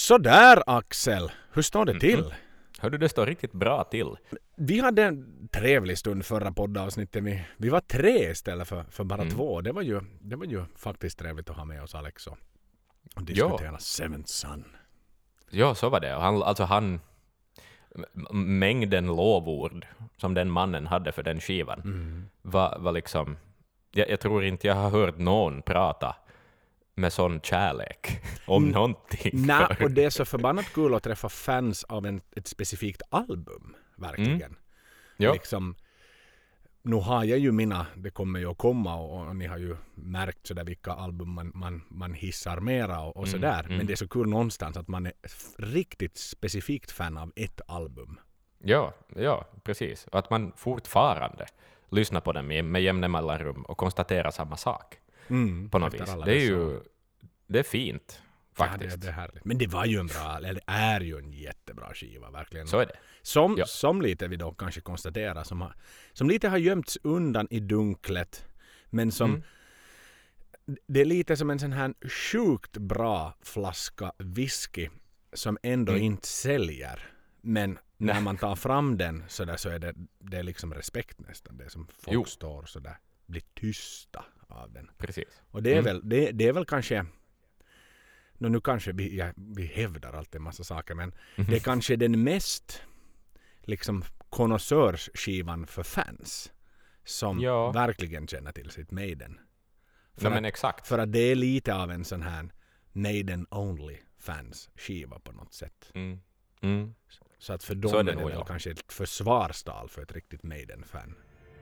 Så där Axel, hur står det till? Hörde, det står riktigt bra till. Vi hade en trevlig stund förra poddavsnittet. Vi var 3 istället för bara 2. Det var ju faktiskt trevligt att ha med oss Alex och diskutera Seventh Son. Ja, så var det. Han mängden lovord som den mannen hade för den skivan var liksom... Jag tror inte jag har hört någon prata med sån kärlek om någonting. Nej, och det är så förbannat kul att träffa fans av ett specifikt album, verkligen. Ja. Liksom, nu har jag ju mina, det kommer ju att komma och ni har ju märkt sådär vilka album man hissar mera och sådär. Men det är så kul någonstans att man är riktigt specifikt fan av ett album. Ja, precis. Och att man fortfarande lyssnar på den med jämna mellanrum och konstaterar samma sak på något vis. Det är fint, faktiskt. Ja, det är härligt. Men det var ju det är ju en jättebra skiva, verkligen. Så är det. Som lite vi då kanske konstaterar, som lite har gömts undan i dunklet, men som det är lite som en sån här sjukt bra flaska whisky som ändå inte säljer, men när man tar fram den så är det är liksom respekt nästan, det som folk står så där, blir tysta av den. Precis. Och det är väl det är väl kanske nu kanske vi hävdar alltid en massa saker, men det är kanske den mest liksom konnässörsskivan för fans som verkligen känner till sitt Maiden. Men exakt. För att det är lite av en sån här Maiden only fans skiva på något sätt. Så att för dem är det väl kanske ett försvarstal för ett riktigt Maiden-fan.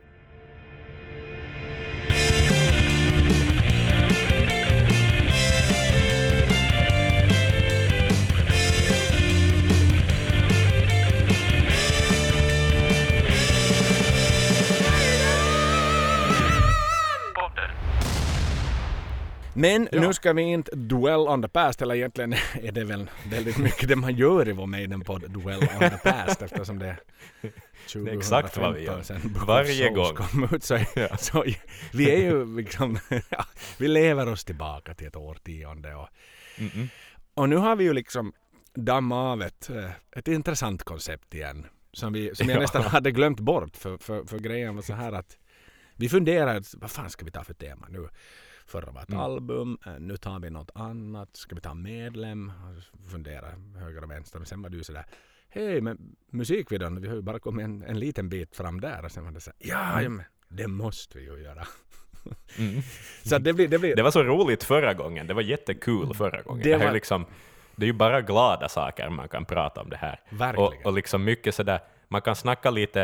Men nu ska vi inte dwell on the past, eller egentligen är det väl väldigt mycket det man gör i vår Maiden-podd, dwell on the past, eftersom det är 2015 det är exakt vad vi gör. Sen varje gång. Ut, så vi är ju liksom, vi lever oss tillbaka till ett årtionde och nu har vi ju liksom dammat av ett intressant koncept igen som jag nästan hade glömt bort för grejen var så här att vi funderade, vad fan ska vi ta för tema nu? Förra var ett album, nu tar vi något annat, ska vi ta medlem? Fundera höger och vänster, men sen var du sådär, hej, men musikvideon, vi har ju bara kommit en liten bit fram där, och sen var det så här, men det måste vi ju göra. Så det var så roligt förra gången, det var jättekul förra gången. Det är ju bara glada saker man kan prata om det här. Verkligen. Och liksom mycket sådär, man kan snacka lite,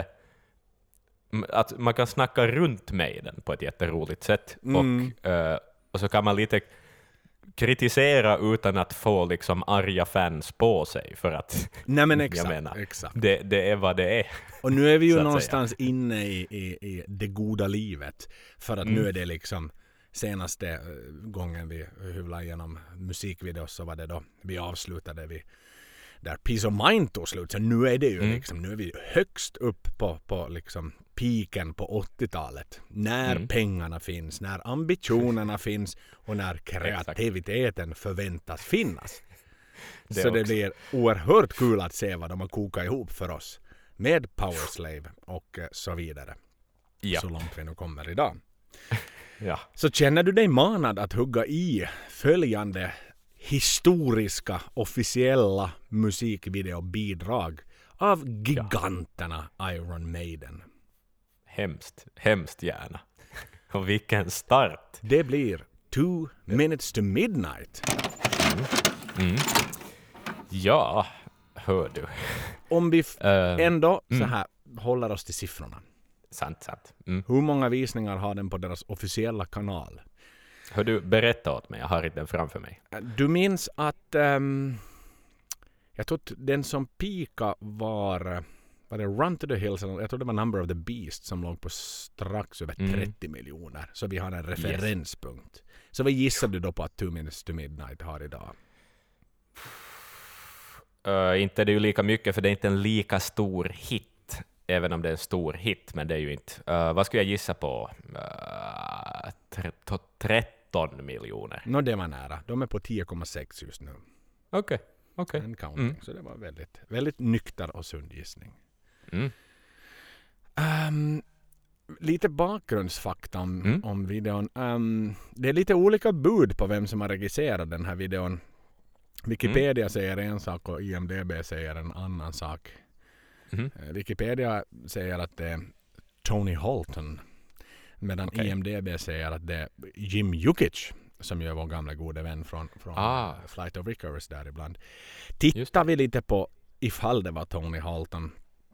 att man kan snacka runt med den på ett jätteroligt sätt och så kan man lite kritisera utan att få liksom arga fans på sig, för att exakt. Det är vad det är. Och nu är vi ju någonstans inne i det goda livet, för att nu är det liksom senaste gången vi hyvlade igenom musikvideos, så var det då vi avslutade där Peace of Mind tog slut. Så nu är det ju liksom, nu är vi högst upp på liksom piken på 80-talet. När pengarna finns, när ambitionerna finns och när kreativiteten förväntas finnas. Så det blir oerhört kul att se vad de har kokat ihop för oss med Powerslave och så vidare. Ja. Så långt vi nu kommer idag. Ja. Så känner du dig manad att hugga i följande historiska officiella musikvideobidrag av giganterna Iron Maiden? Hemskt gärna. Och vilken start. Det blir 2 Minutes to Midnight. Ja, hör du. Om vi ändå så här håller oss till siffrorna. Sant. Hur många visningar har den på deras officiella kanal? Hör du, berätta åt mig, jag har inte den framför mig. Du minns att jag tror att den som pika var det Run to the Hills, jag tror det var Number of the Beast som låg på strax över 30 miljoner. Så vi har en referenspunkt. Så vad gissar du då på att 2 Minutes to Midnight har idag? Inte det är ju lika mycket, för det är inte en lika stor hit. Även om det är en stor hit, men det är ju inte. Vad skulle jag gissa på? 13 miljoner. Det var nära. De är på 10,6 just nu. Okej. Okej. En counting. Så det var väldigt, väldigt nykter och sund gissning. Lite bakgrundsfakta om videon. Det är lite olika bud på vem som har regisserat den här videon. Wikipedia säger en sak och IMDb säger en annan sak. Wikipedia säger att det är Tony Halton, medan IMDb säger att det är Jim Jukic, som är vår gamla gode vän från Flight of Icarus där ibland. Tittar vi lite på ifall det var Tony Halton,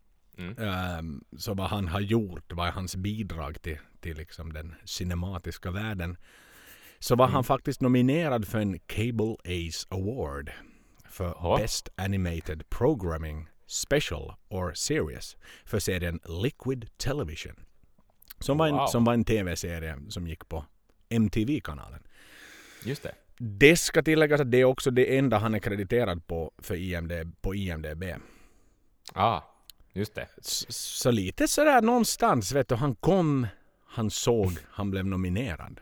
så vad han har gjort, vad är hans bidrag till liksom den cinematiska världen, så var han faktiskt nominerad för en Cable Ace Award för Best Animated Programming Special or Series för serien Liquid Television, som var en tv-serie som gick på MTV-kanalen. Just det. Det ska tilläggas att det är också det enda han är krediterad på för IMDb. Just det. Så lite sådär någonstans, vet du, han såg, han blev nominerad.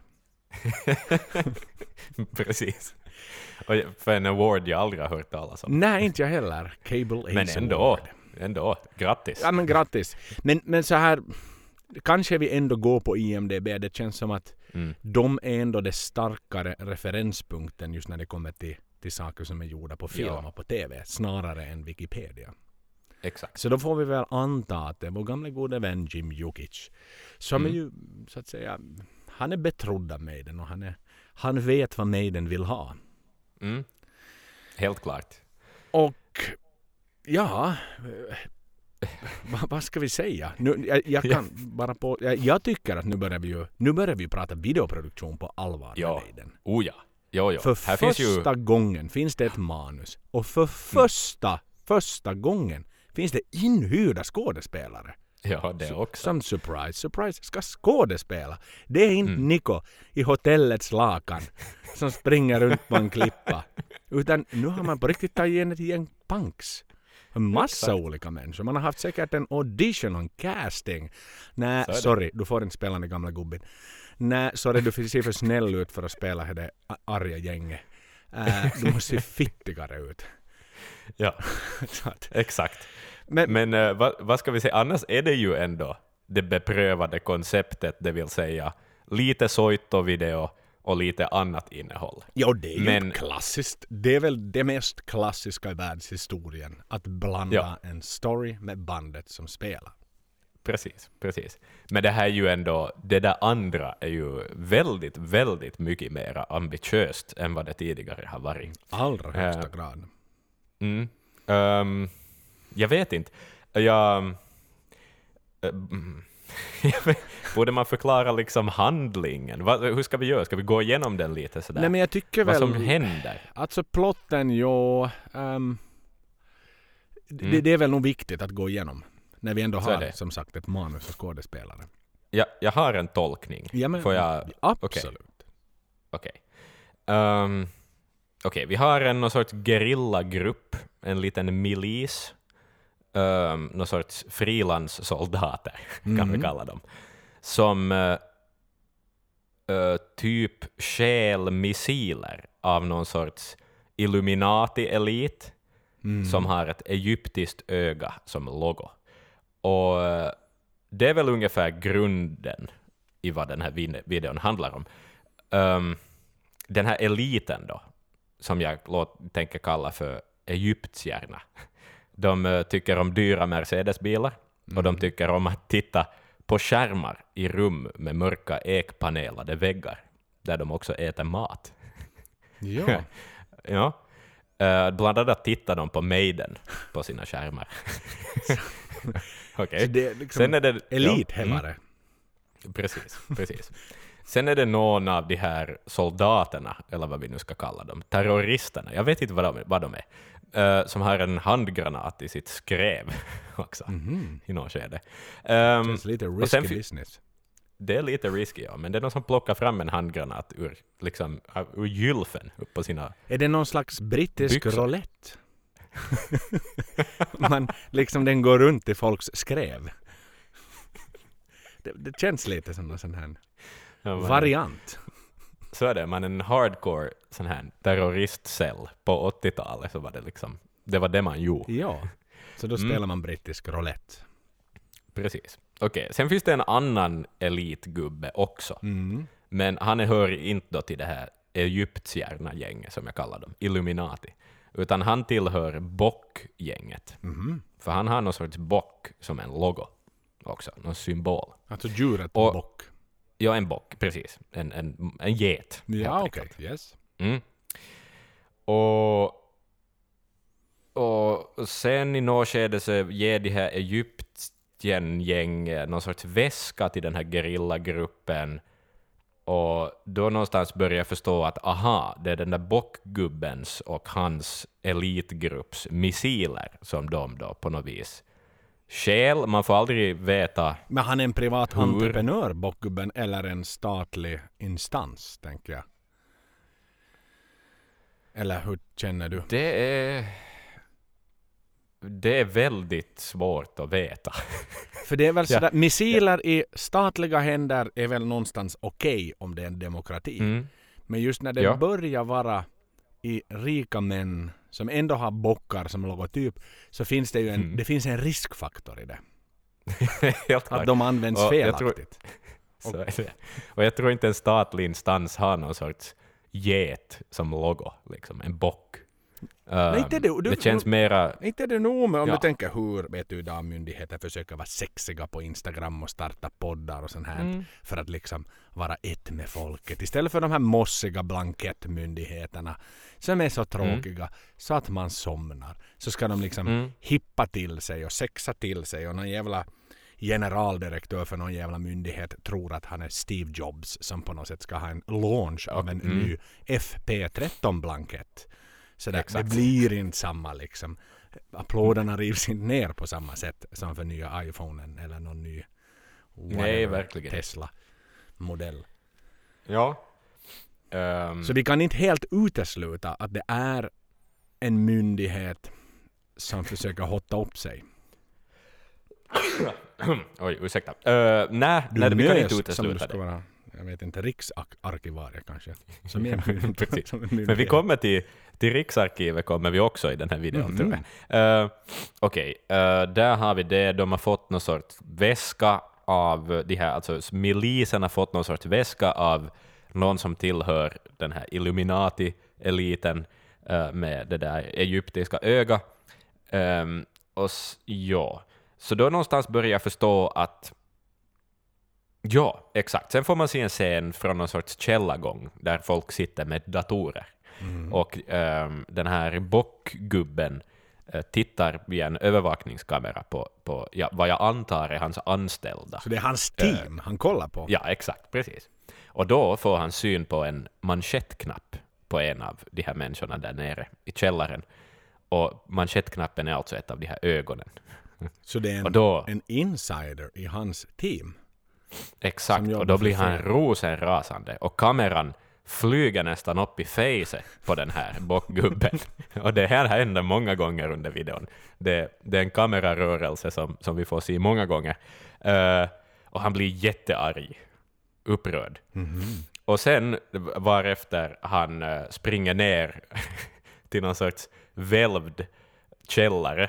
Precis. Och för en award jag aldrig har hört talas om. Nej, inte jag heller. Cable Ace Award. Men ändå, grattis. Ja, men grattis. Men så här, kanske vi ändå går på IMDb. Det känns som att de är ändå det starkare referenspunkten just när det kommer till saker som är gjorda på film och på tv, snarare än Wikipedia. Exakt. Så då får vi väl anta att det är vår gamla gode vän Jim Jukic, som är ju, så att säga, han är betrodd av Maiden och han vet vad Maiden vill ha. Helt klart. Och ja, vad ska vi säga? Nu, jag kan bara jag tycker att nu börjar vi prata videoproduktion på allvar med Maiden. Jo. För här första gången finns det ett manus. Och för första gången finns det inhyrda skådespelare. Ja, det också. Som surprise, ska skådespela. Det är inte Nico i hotellets lakan som springer runt på en klippa. Utan nu har man på riktigt tagit in ett gäng punks. En massa olika människor. Man har haft säkert en audition och en casting. Nej, sorry, du får inte spela den gamla gubben. Nej, sorry, du ser för snäll ut för att spela det arga gänget. Du måste se fittigare ut. Ja, exakt. Men vad ska vi säga? Annars är det ju ändå det beprövade konceptet, det vill säga lite Soitto-video och lite annat innehåll. Ja, det är ju klassiskt. Det är väl det mest klassiska i världshistorien, att blanda en story med bandet som spelar. Precis. Men det här är ju ändå, det där andra är ju väldigt, väldigt mycket mer ambitiöst än vad det tidigare har varit. Allra högsta grad. Jag vet inte. Borde man förklara liksom handlingen? Hur ska vi göra? Ska vi gå igenom den lite sådär? Nej, men jag tycker vad som händer? Alltså plotten, det är väl nog viktigt att gå igenom. När vi ändå har, som sagt, ett manus och skådespelare. Ja, jag har en tolkning. Ja, men, får jag... Absolut. Okej, vi har någon sorts gerillagrupp, en liten milis, någon sorts frilanssoldater kan vi kalla dem, som typ stjäl missiler av någon sorts Illuminati-elit som har ett egyptiskt öga som logo. Och det är väl ungefär grunden i vad den här videon handlar om. Den här eliten då, som jag tänker kalla för egyptierna. De tycker om dyra Mercedes-bilar och de tycker om att titta på skärmar i rum med mörka ekpanelade väggar där de också äter mat. Ja. Ja. Bland annat tittar de på Maiden på sina skärmar. Okay. Det är liksom sen är det elithämmare. Precis. Sen är det någon av de här soldaterna, eller vad vi nu ska kalla dem, terroristerna, jag vet inte vad de är, som har en handgranat i sitt skrev också, i någon skede. Det är lite risky business. Det är lite risky, ja, men det är någon som plockar fram en handgranat ur gylfen upp på sina... Är det någon slags brittisk roulette? Den går runt i folks skrev. Det känns lite som en sån här variant. Så är det, man är en hardcore sån här terroristcell på 80-talet, så var det liksom, det var det man gjorde. Ja, så då spelar man brittisk roulette. Precis. Okej, sen finns det en annan elitgubbe också. Men han hör inte då till det här Egyptstjärna-gänget som jag kallar dem, Illuminati. Utan han tillhör bockgänget. För han har någon sorts bock som en logo också, någon symbol. Alltså djuret bock. Ja, en bock, precis. En get. Ja, okej. Yes. Och sen i något skede så ger de här Egyptien-gäng någon sorts väska till den här gerillagruppen. Och då någonstans börjar jag förstå att det är den där bockgubbens och hans elitgrupps missiler som de då på något vis skäl. Man får aldrig veta. Men han är en privat entreprenör, bockgubben, eller en statlig instans, tänker jag. Eller hur känner du? Det är väldigt svårt att veta. För det är väl sådär, missiler i statliga händer är väl någonstans okej om det är en demokrati. Men just när det börjar vara i rika män som ändå har bockar som logotyp, så finns det ju det finns en riskfaktor i det. Helt att de används felaktigt. Och jag tror inte en statlig instans har någon sorts get som logo, liksom en bock. Det känns mera... Inte det nog med om du tänker hur vet du idag myndigheter försöker vara sexiga på Instagram och starta poddar och sånt här för att liksom vara ett med folket. Istället för de här mossiga blankettmyndigheterna som är så tråkiga så att man somnar. Så ska de liksom hippa till sig och sexa till sig, och någon jävla generaldirektör för någon jävla myndighet tror att han är Steve Jobs som på något sätt ska ha en launch av en ny FP13-blankett. Så det blir inte samma liksom. Applåderna rivs inte ner på samma sätt som för nya iPhonen eller någon ny Tesla-modell. Ja. Så vi kan inte helt utesluta att det är en myndighet som försöker hotta upp sig. Oj, ursäkta. Nej, vi kan inte utesluta det. Jag vet inte, riksarkivarie kanske. Men vi kommer till Riksarkivet kommer vi också i den här videon, tror jag. Okej, där har vi det. De har fått någon sorts väska av de här, alltså milisen har fått någon sorts väska av någon som tillhör den här Illuminati-eliten med det där egyptiska öga. Så då någonstans börjar jag förstå att ja, exakt. Sen får man se en scen från någon sorts källargång där folk sitter med datorer. Och den här bockgubben tittar via en övervakningskamera på vad jag antar är hans anställda. Så det är hans team han kollar på? Ja, exakt, precis. Och då får han syn på en manschettknapp på en av de här människorna där nere i källaren. Och manschettknappen är alltså ett av de här ögonen. Så det är en insider i hans team? Exakt, och då blir han rosenrasande. Och kameran flyger nästan upp i fejset på den här bockgubben. Och det här händer många gånger under videon. Det är en kamerarörelse som vi får se många gånger. Och han blir jättearg, upprörd. Och sen varefter han springer ner till någon sorts välvd källare,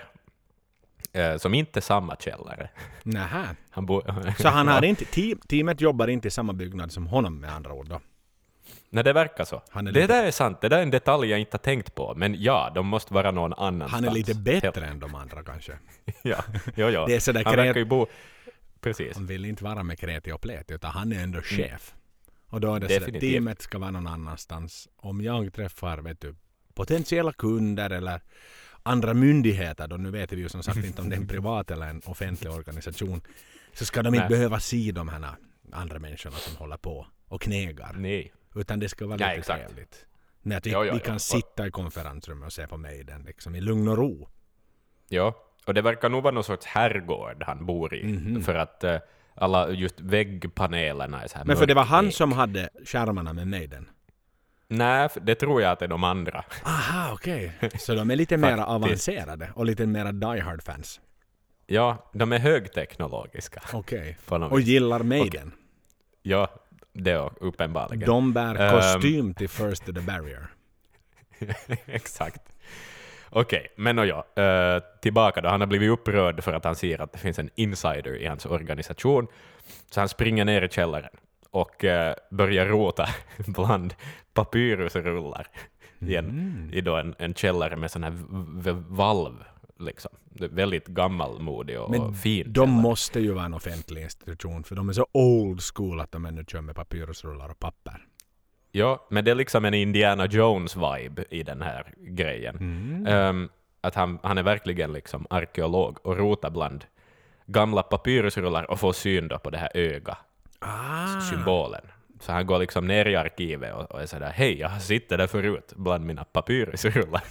som inte är samma källare. Nähä. Så han har inte, teamet jobbar inte i samma byggnad som honom med andra ord då? Nej, det verkar så. Det där är sant. Det där är en detalj jag inte har tänkt på. Men ja, de måste vara någon annanstans. Han är lite bättre än de andra kanske. Ja. Det är sådär han verkar ju bo... Precis. Han vill inte vara med kreti och plet, utan han är ändå chef. Och då är det så att teamet ska vara någon annanstans. Om jag träffar potentiella kunder eller andra myndigheter, då nu vet vi ju som sagt inte om det är en privat eller en offentlig organisation, så ska de inte behöva se de här andra människorna som håller på och knegar. Nej. Utan det ska vara lite trevligt. Vi kan sitta i konferensrummet och se på Maiden liksom, i lugn och ro. Ja, och det verkar nog vara någon sorts herrgård han bor i. För att alla just väggpanelerna är så här. Men för det var han som hade skärmarna med Maiden? Nej, det tror jag att det är de andra. Aha, okej. Så de är lite mer avancerade och lite mer diehard-fans. Ja, de är högteknologiska. Okej. Och gillar Maiden. Ja, Det är uppenbarligen. De bär kostym till First to the Barrier. Exakt. Okej, men tillbaka då. Han har blivit upprörd för att han ser att det finns en insider i hans organisation. Så han springer ner i källaren och börjar rota bland papyrusrullar i då en källare med sån här valv. Liksom. Det är väldigt gammalmodig och fin. De måste ju vara en offentlig institution, för de är så old school att de ännu kör med papyrusrullar och papper. Ja, men det är liksom en Indiana Jones-vibe i den här grejen. Att han är verkligen liksom arkeolog och rotar bland gamla papyrusrullar och får syn då på det här öga-symbolen. Så han går liksom ner i arkivet och är sådär, hej, jag sitter där förut bland mina papyrusrullar.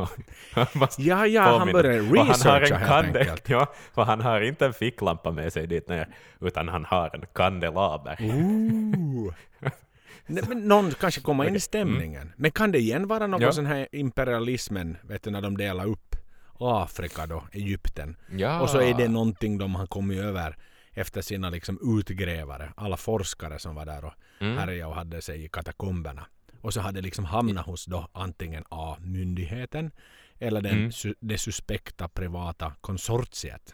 Han börjar researcha helt enkelt. Ja, och han har inte en ficklampa med sig dit ner, utan han har en kandelaber. Men någon kanske kommer in i stämningen. Men kan det igen vara någon sån här imperialismen, vet du, när de delar upp Afrika då, Egypten. Ja. Och så är det någonting de har kommit över efter sina liksom utgrävare, alla forskare som var där och härjade och hade sig i katakomberna. Och så hade liksom hamnat hos då antingen A-myndigheten eller det suspekta privata konsortiet.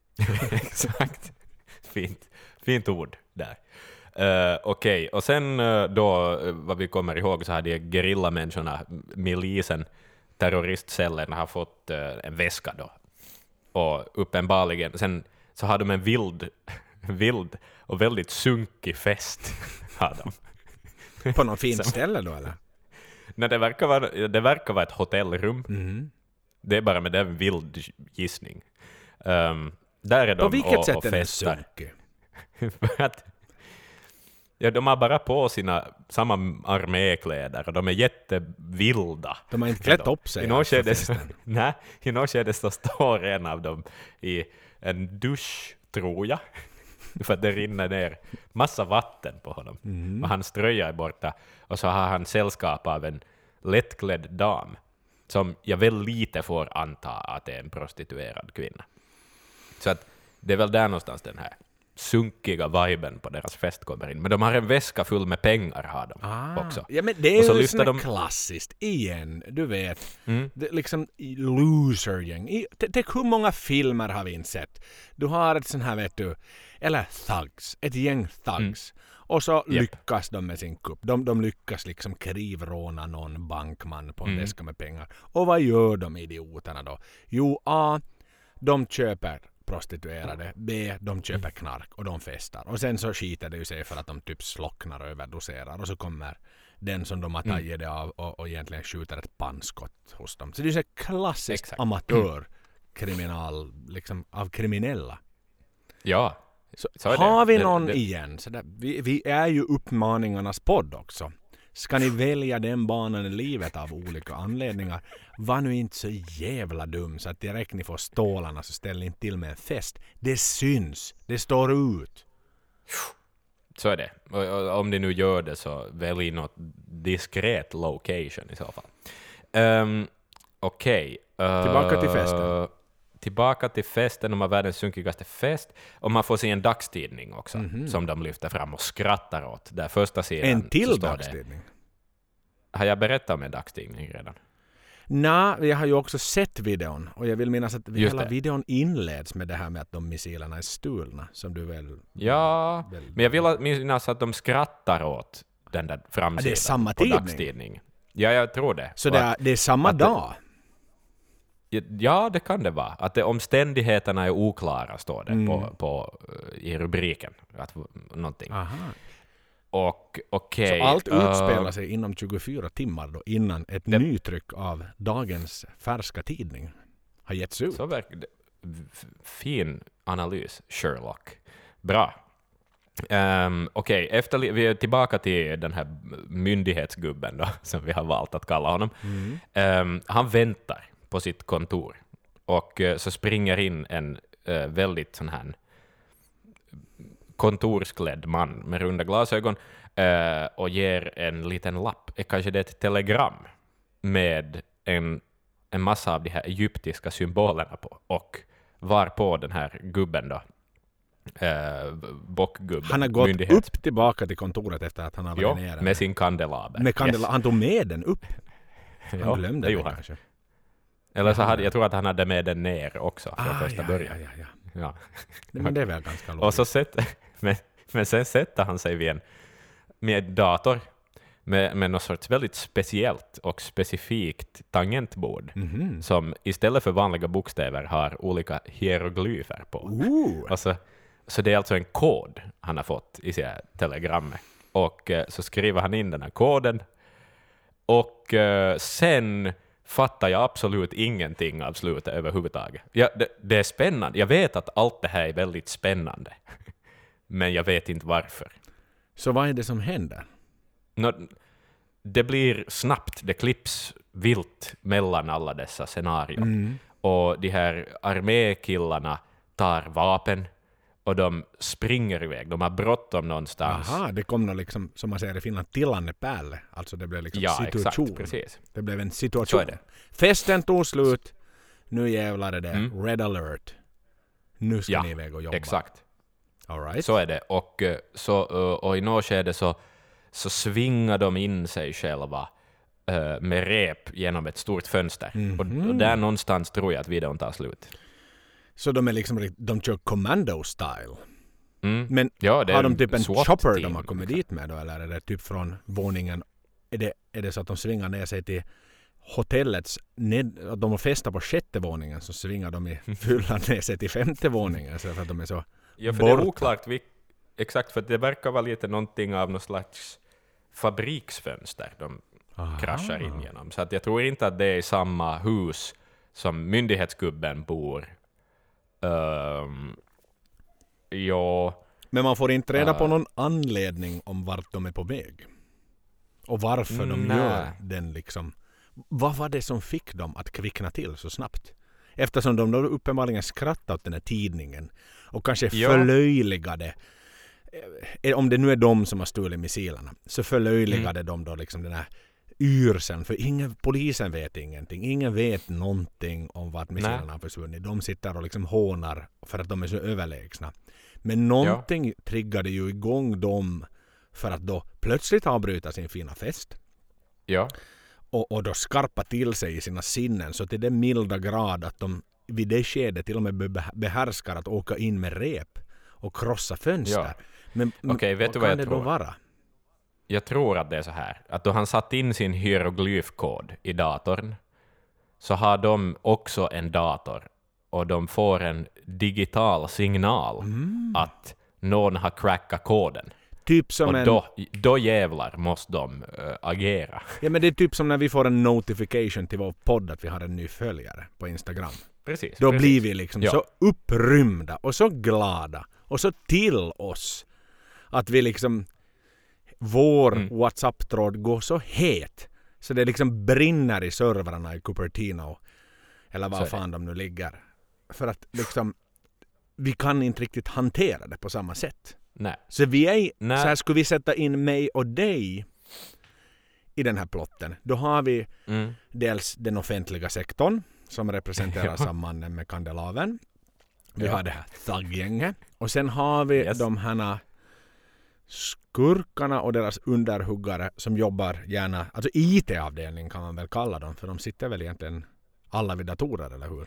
Exakt. Fint ord där. Okej. Och sen då, vad vi kommer ihåg, så hade gerillamänniskorna, milisen, terroristcellerna har fått en väska då. Och uppenbarligen, sen så har de en vild och väldigt sunkig fest. Har de. På något fint ställe då, eller? Nej, det verkar vara ett hotellrum. Det är bara med en vild gissning. Där är de. På vilket sätt och är det festar. sunkig? För att de har bara på samma armékläder och de är jättevilda. De har inte klätt upp sig. I något skede så står en av dem i en dusch, tror jag. För att det rinner ner massa vatten på honom. Och hans tröja är borta. Och så har han sällskap av en lättklädd dam som jag väl lite får anta att det är en prostituerad kvinna. Så att det är väl där någonstans den här sunkiga viben på deras fest kommer in. Men de har en väska full med pengar har de också. Ja, men det är ju sån klassiskt igen. Du vet, det liksom losergäng. Tänk hur många filmer har vi inte sett? Du har ett sån här, vet du, eller thugs, ett gäng thugs. Och så lyckas de med sin kupp. De lyckas liksom krivråna någon bankman på en väska med pengar. Och vad gör de idioterna då? Jo, A, de köper prostituerade, B, de köper knark och de festar. Och sen så skiter det ju sig för att de typ slocknar och överdoserar. Och så kommer den som de har tagit det av och egentligen skjuter ett pannskott hos dem. Så det är så klassiskt amatörkriminal, liksom av kriminella. Ja. Så har vi någon igen? Så där, vi är ju uppmaningarnas podd också. Ska ni välja den banan i livet av olika anledningar, var nu inte så jävla dum så att direkt ni får stålarna så ställ inte till med en fest. Det syns. Det står ut. Så är det. Och om ni nu gör det så välj något diskret location i så fall. Okej. Tillbaka till festen. Tillbaka till festen, de har världens sunkigaste fest. Och man får se en dagstidning också, som de lyfter fram och skrattar åt. Där första sidan. En till dagstidning? Har jag berättat om en dagstidning redan? Nej, jag har ju också sett videon. Och jag vill minnas att hela videon inleds med det här med att de missilerna är stulna. Som du väl... Ja, men jag vill minnas att de skrattar åt den där framsidan. Det är samma på dagstidning. Ja, jag tror det. Så det är samma dag? Ja, det kan det vara. Att omständigheterna är oklara, står det i rubriken. Någonting. Aha. Och okej. Så allt utspelar sig inom 24 timmar då, innan ett nytryck av dagens färska tidning har getts ut. Så fin analys, Sherlock. Bra. Okej, vi är tillbaka till den här myndighetsgubben då, som vi har valt att kalla honom. Han väntar på sitt kontor och så springer in en väldigt sån här kontorsklädd man med runda glasögon och ger en liten lapp, kanske det är ett telegram med en massa av de här egyptiska symbolerna på, och var på den här gubben då bockgubben. Han har gått upp tillbaka till kontoret efter att han har varit nere. Med sin kandelaber. Han tog med den upp. Han glömde det kanske. Eller så jag tror att han hade med den ner också från första början. Ja. Men det är väl ganska lågt. Och så men sen sätter han sig med dator med något sorts väldigt speciellt och specifikt tangentbord som istället för vanliga bokstäver har olika hieroglyfer på. Och så det är alltså en kod han har fått i sitt telegrammet. Och så skriver han in den här koden och sen fattar jag absolut ingenting av slutet överhuvudtaget. Det är spännande. Jag vet att allt det här är väldigt spännande. Men jag vet inte varför. Så vad är det som händer? Det blir snabbt. Det klipps vilt mellan alla dessa scenarier. Och de här armékillarna tar vapen och de springer iväg. De har bråttom någonstans. Aha, det kom nog liksom, som man säger i Finland, tilanne päälle. Alltså det blev liksom situation. Exakt, precis. Det blev en situation. Så är det. Festen tog slut. Nu jävlar är det red alert. Nu ska ni iväg och jobba. Exakt. All right. Så är det. Och i något skede så svingar de in sig själva med rep genom ett stort fönster. Och där någonstans tror jag att videon tar slut. Så de är liksom, de kör commando-style. Men det har de typ en chopper team, de har kommit dit med då? Eller är det typ från våningen? Är det så att de svingar ner sig till hotellets, att de har festat på 6:e våningen, så svingar de i fyllan ner sig till 5:e våningen så för att de är så för borta. Det är oklart exakt, för det verkar vara lite någonting av någon slags fabriksfönster de kraschar in genom. Så att jag tror inte att det är i samma hus som myndighetsgubben bor. Men man får inte reda på någon anledning om vart de är på väg. Och varför de gör den liksom. Vad var det som fick dem att kvickna till så snabbt? Eftersom de då uppenbarligen skrattade åt den här tidningen och kanske förlöjligade, om det nu är de som har stulit missilerna, så förlöjligade de då liksom den här yrseln, för polisen vet ingenting. Ingen vet någonting om vart missilerna har försvunnit. De sitter och liksom hånar för att de är så överlägsna. Men någonting triggade ju igång dem för att då plötsligt avbryta sin fina fest. Ja. Och då skarpa till sig i sina sinnen så till den milda grad att de vid det skedet till och med behärskar att åka in med rep och krossa fönster. Men vet du vad jag tror? Vara? Jag tror att det är så här, att då han satt in sin hieroglyfkod i datorn så har de också en dator och de får en digital signal att någon har crackat koden. Typ som och då jävlar måste de agera. Ja, men det är typ som när vi får en notification till vår podd att vi har en ny följare på Instagram. Precis. Då blir vi liksom så upprymda och så glada och så till oss att vi liksom vår WhatsApp-tråd går så het så det liksom brinner i servrarna i Cupertino eller vad fan de nu ligger. För att liksom vi kan inte riktigt hantera det på samma sätt. Nej. Så så här skulle vi sätta in mig och dig i den här plotten. Då har vi dels den offentliga sektorn som representeras av mannen med kandelaven. Vi har det här thug-gänget. Och sen har vi de här skurkarna och deras underhuggare som jobbar gärna, alltså IT-avdelning kan man väl kalla dem, för de sitter väl egentligen alla vid datorer, eller hur?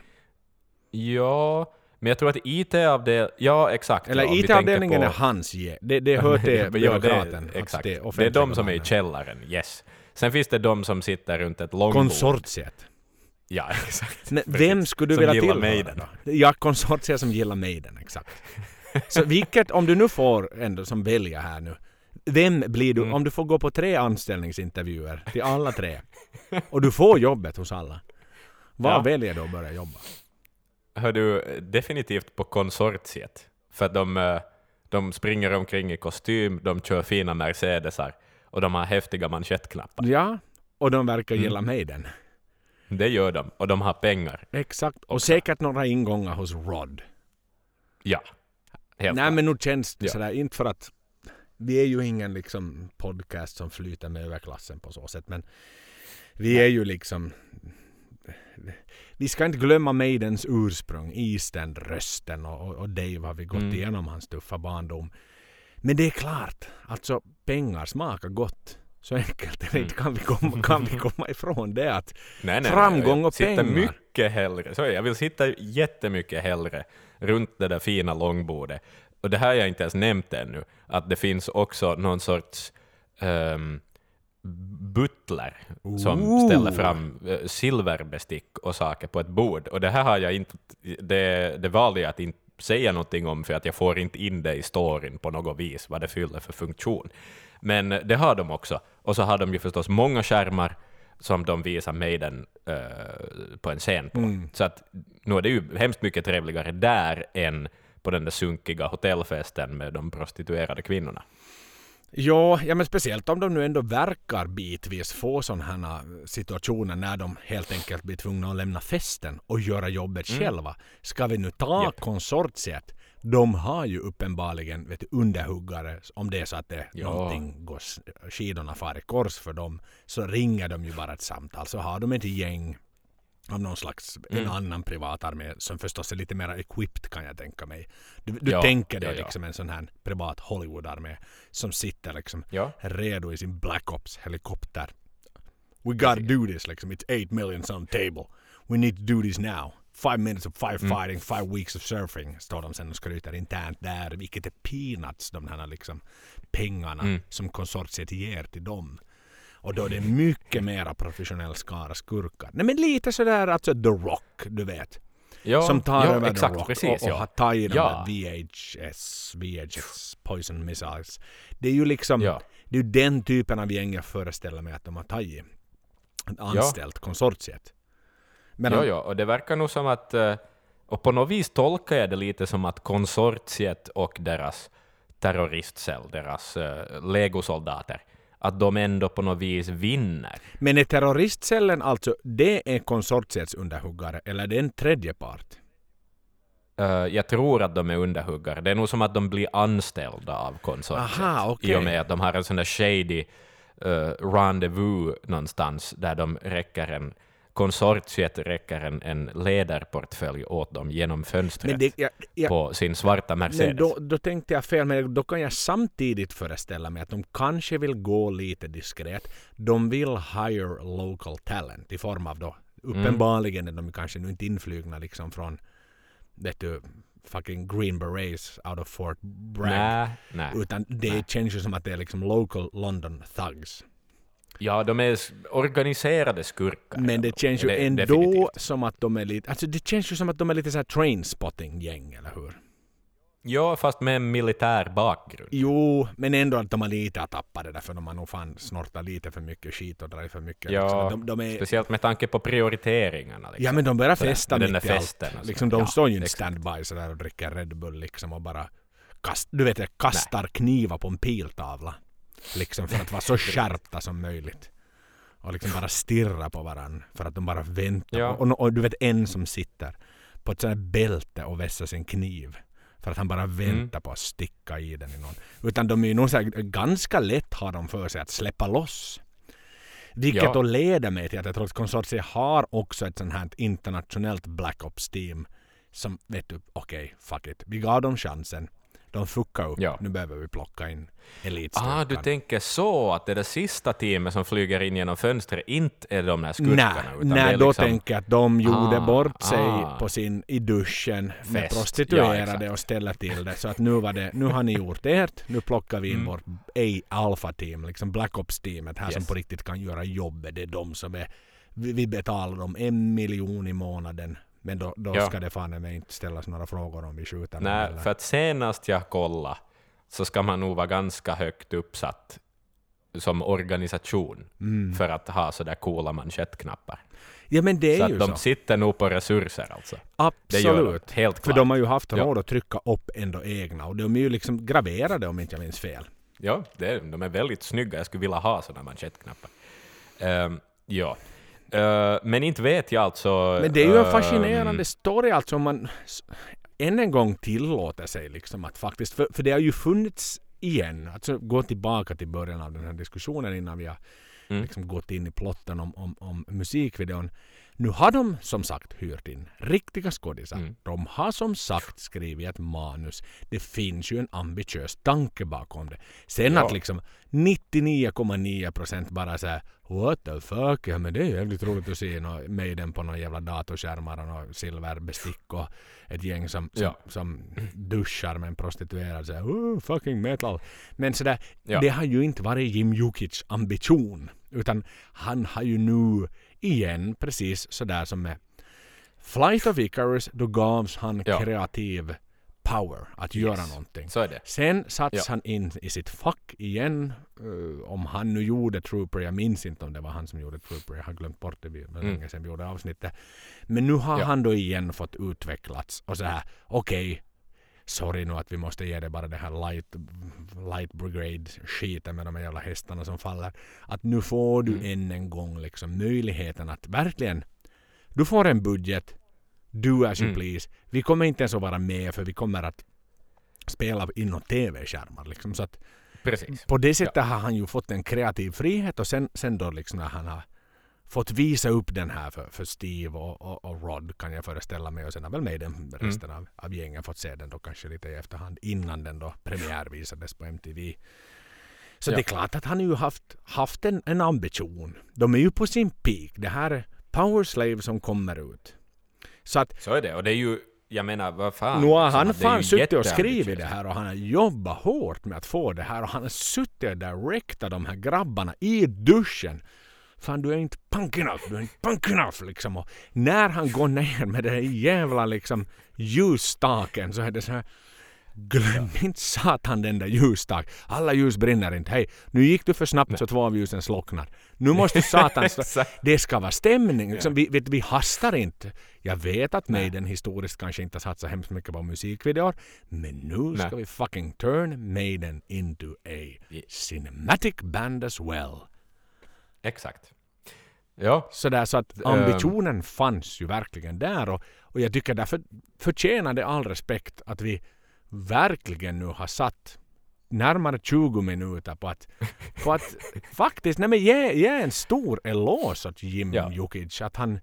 Ja, men jag tror att IT-avdelningen, ja exakt. Eller IT-avdelningen är hans det hör till byråkraten. Exakt. Det är de som är i källaren, yes. Sen finns det de som sitter runt ett långbord. Konsortiet. Ja, exakt. Men vem skulle du vilja tillhöra då? Ja, konsortiet som gillar Maiden, exakt. Så vilket, om du nu får ändå som välja här nu, vem blir du, om du får gå på 3 anställningsintervjuer till alla 3 och du får jobbet hos alla, vad väljer du att börja jobba? Hör du, definitivt på konsortiet. För att de springer omkring i kostym, de kör fina Mercedesar och de har häftiga manschettknappar. Ja, och de verkar gilla Maiden. Det gör de, och de har pengar. Exakt, och säkert några ingångar hos Rod. Ja, helt nej, men nu känns det sådär, inte för att vi är ju ingen liksom podcast som flyter med överklassen på så sätt, men vi är ju liksom vi ska inte glömma Maidens ursprung, East End, rösten och Dave har vi gått igenom hans tuffa barndom. Men det är klart, alltså pengar smakar gott. Så enkelt är det inte, kan vi komma ifrån det att framgång och pengar. Mycket hellre. Jag vill sitta jättemycket hellre runt det där fina långbordet. Och det här har jag inte ens nämnt ännu, att det finns också någon sorts butler som ställer fram silverbestick och saker på ett bord. Och det här har jag inte, det valde jag att inte säga någonting om, för att jag får inte in det i storyn på något vis, vad det fyller för funktion. Men det har de också. Och så har de ju förstås många skärmar som de visar Maiden på en scen på. Så att nu är det ju hemskt mycket trevligare där än på den där sunkiga hotellfesten med de prostituerade kvinnorna. Ja, men speciellt om de nu ändå verkar bitvis få sådana här situationer när de helt enkelt blir tvungna att lämna festen och göra jobbet själva. Ska vi nu ta konsortiet? De har ju uppenbarligen underhuggare, om det är så att det någonting går, skidorna far i kors för dem, så ringer de ju bara ett samtal. Så har de ett gäng av någon slags en annan privatarmé som förstås är lite mer equipped, kan jag tänka mig. Du tänker dig liksom en sån här privat Hollywood-armé som sitter liksom redo i sin Black Ops-helikopter. We gotta do this, liksom. It's 8 million on the table. We need to do this now. 5 minutes of firefighting, 5 weeks of surfing, står de sen och skryter internt där, vilket är peanuts, de här liksom pengarna som konsortiet ger till dem. Och då är det mycket mera professionell skara skurkar. Nej, men lite sådär, alltså The Rock, du vet. Ja, som tar över exakt, The Rock precis, och har tagit VHS, Poison Missiles. Det är ju liksom, det är ju den typen av gäng jag föreställer mig att de har tagit. Anställt konsortiet. Men och det verkar nog som att, och på något vis tolkar jag det lite som att konsortiet och deras terroristcell, deras legosoldater, att de ändå på något vis vinner. Men är terroristcellen alltså, det är konsortiets underhuggare, eller det är en tredje part? Jag tror att de är underhuggare. Det är nog som att de blir anställda av konsortiet. Aha, okay. I och med att de har en sån där shady rendezvous någonstans där de konsortiet räcker en ledarportfölj åt dem genom fönstret på sin svarta Mercedes. Men då tänkte jag fel, men då kan jag samtidigt föreställa mig att de kanske vill gå lite diskret. De vill hire local talent i form av då, uppenbarligen är de kanske nu inte inflygna liksom från fucking Green Berets out of Fort Bragg. Nej. Utan det känns ju som att det är liksom local London thugs. Ja, de är organiserade skurkar. Men det känns ju ändå definitivt som att de är lite, alltså det känns ju som att de är lite så här trainspotting-gäng, eller hur? Ja, fast med en militär bakgrund. Jo, men ändå att de har lite tappade därför de har nog fan snortat lite för mycket skit och dragit för mycket. Ja, liksom. De är, speciellt med tanke på prioriteringarna. Liksom. Ja, men de börjar festa mitt i allt. Liksom, de står ju inte standby så där och dricker Red Bull liksom, och bara kastar knivar på en piltavla. Liksom för att vara så skärpta som möjligt. Och liksom bara stirra på varann. För att de bara väntar. Ja. Och du vet en som sitter på ett sånt här bälte och vässar sin kniv. För att han bara väntar på att sticka i den i någon. Utan de är ju nog så här, ganska lätt har de för sig att släppa loss. Vilket då leder mig till att jag tror att konsortiet har också ett sånt här internationellt Black Ops team. Som vet du, okej, fuck it. Vi gav dem chansen. De fuckar upp. Nu behöver vi plocka in elitstyrkan. Du tänker så att det är det sista teamet som flyger in genom fönstret inte är de här skurkarna? Nej, då liksom tänker jag att de gjorde bort sig på i duschen med prostituerade och ställa till det. Så att nu har ni gjort ert. Nu plockar vi in vårt alpha-team, liksom Black Ops-teamet här som på riktigt kan göra jobbet. Det är de som är, vi betalar dem 1 miljon i månaden. Men då ska det fan inte ställas några frågor om vi skjuter. Nej, för att senast jag kollade så ska man nog vara ganska högt uppsatt som organisation för att ha så där coola manschettknappar. Ja, men det är så ju att de så. sitter nog på resurser alltså. Absolut. Helt klart. För de har ju haft råd att trycka upp ändå egna. Och de är ju liksom graverade om inte jag minns fel. Ja, de är väldigt snygga. Jag skulle vilja ha sådana manschettknappar. Men inte vet jag alltså. Men det är ju en fascinerande story alltså om man än en gång tillåter sig liksom att faktiskt, för det har ju funnits igen, alltså gå tillbaka till början av den här diskussionen innan vi har liksom gått in i plotten om musikvideon, Nu har de som sagt hyrt in riktiga skådisar. De har som sagt skrivit ett manus. Det finns ju en ambitiös tanke bakom det. Sen att liksom 99,9% bara så här, what the fuck, ja men det är jävligt roligt att se Maiden på någon jävla datorskärmar och någon silverbestick och ett gäng som duschar med en prostituerad så här, fucking metal. Men så där, det har ju inte varit Jim Jukic ambition, utan han har ju nu igen, precis så där som med Flight of Icarus, då gavs han kreativ power att göra någonting. Så är det. Sen satts han in i sitt fack igen. Om han nu gjorde Trooper, jag minns inte om det var han som gjorde Trooper, jag har glömt bort det länge sedan vi gjorde avsnittet. Men nu har han då igen fått utvecklats och så här, okej, sorry nu att vi måste ge det bara det här light brigade skiten med de här jävla hästarna som faller. Att nu får du än en gång liksom möjligheten att verkligen, du får en budget, do as you please. Vi kommer inte ens att vara med, för vi kommer att spela inom tv-skärmar liksom, så att precis. På det sättet har han ju fått en kreativ frihet, och sen då liksom när han har fått visa upp den här för Steve och Rod, kan jag föreställa mig, och sen har väl med den resten av gängen fått se den då kanske lite i efterhand innan den då premiärvisades på MTV. Så det är klart att han ju haft en ambition. De är ju på sin peak. Det här är Power Slave som kommer ut. Så är det, och det är ju, jag menar, vad fan. Nu har han fan suttit och skrivit det här, och han har jobbat hårt med att få det här, och han har suttit och directat de här grabbarna i duschen. Fan, du är inte punk enough liksom. Och när han går ner med den jävla liksom ljusstaken, så är det så här, glöm inte satan den där ljusstaken. Alla ljus brinner inte. Hej, nu gick du för snabbt så 2 av ljusen slocknar. Nu måste satan det ska vara stämning. Liksom, vi hastar inte. Jag vet att Maiden historiskt kanske inte satsar hemskt mycket på musikvideor, men nu ska vi fucking turn Maiden into a cinematic band as well. Exakt. Ja. Så att ambitionen fanns ju verkligen där, och jag tycker därför förtjänar det all respekt att vi verkligen nu har satt närmare 20 minuter på att faktiskt ge en stor eloge åt Jim Jukic, att han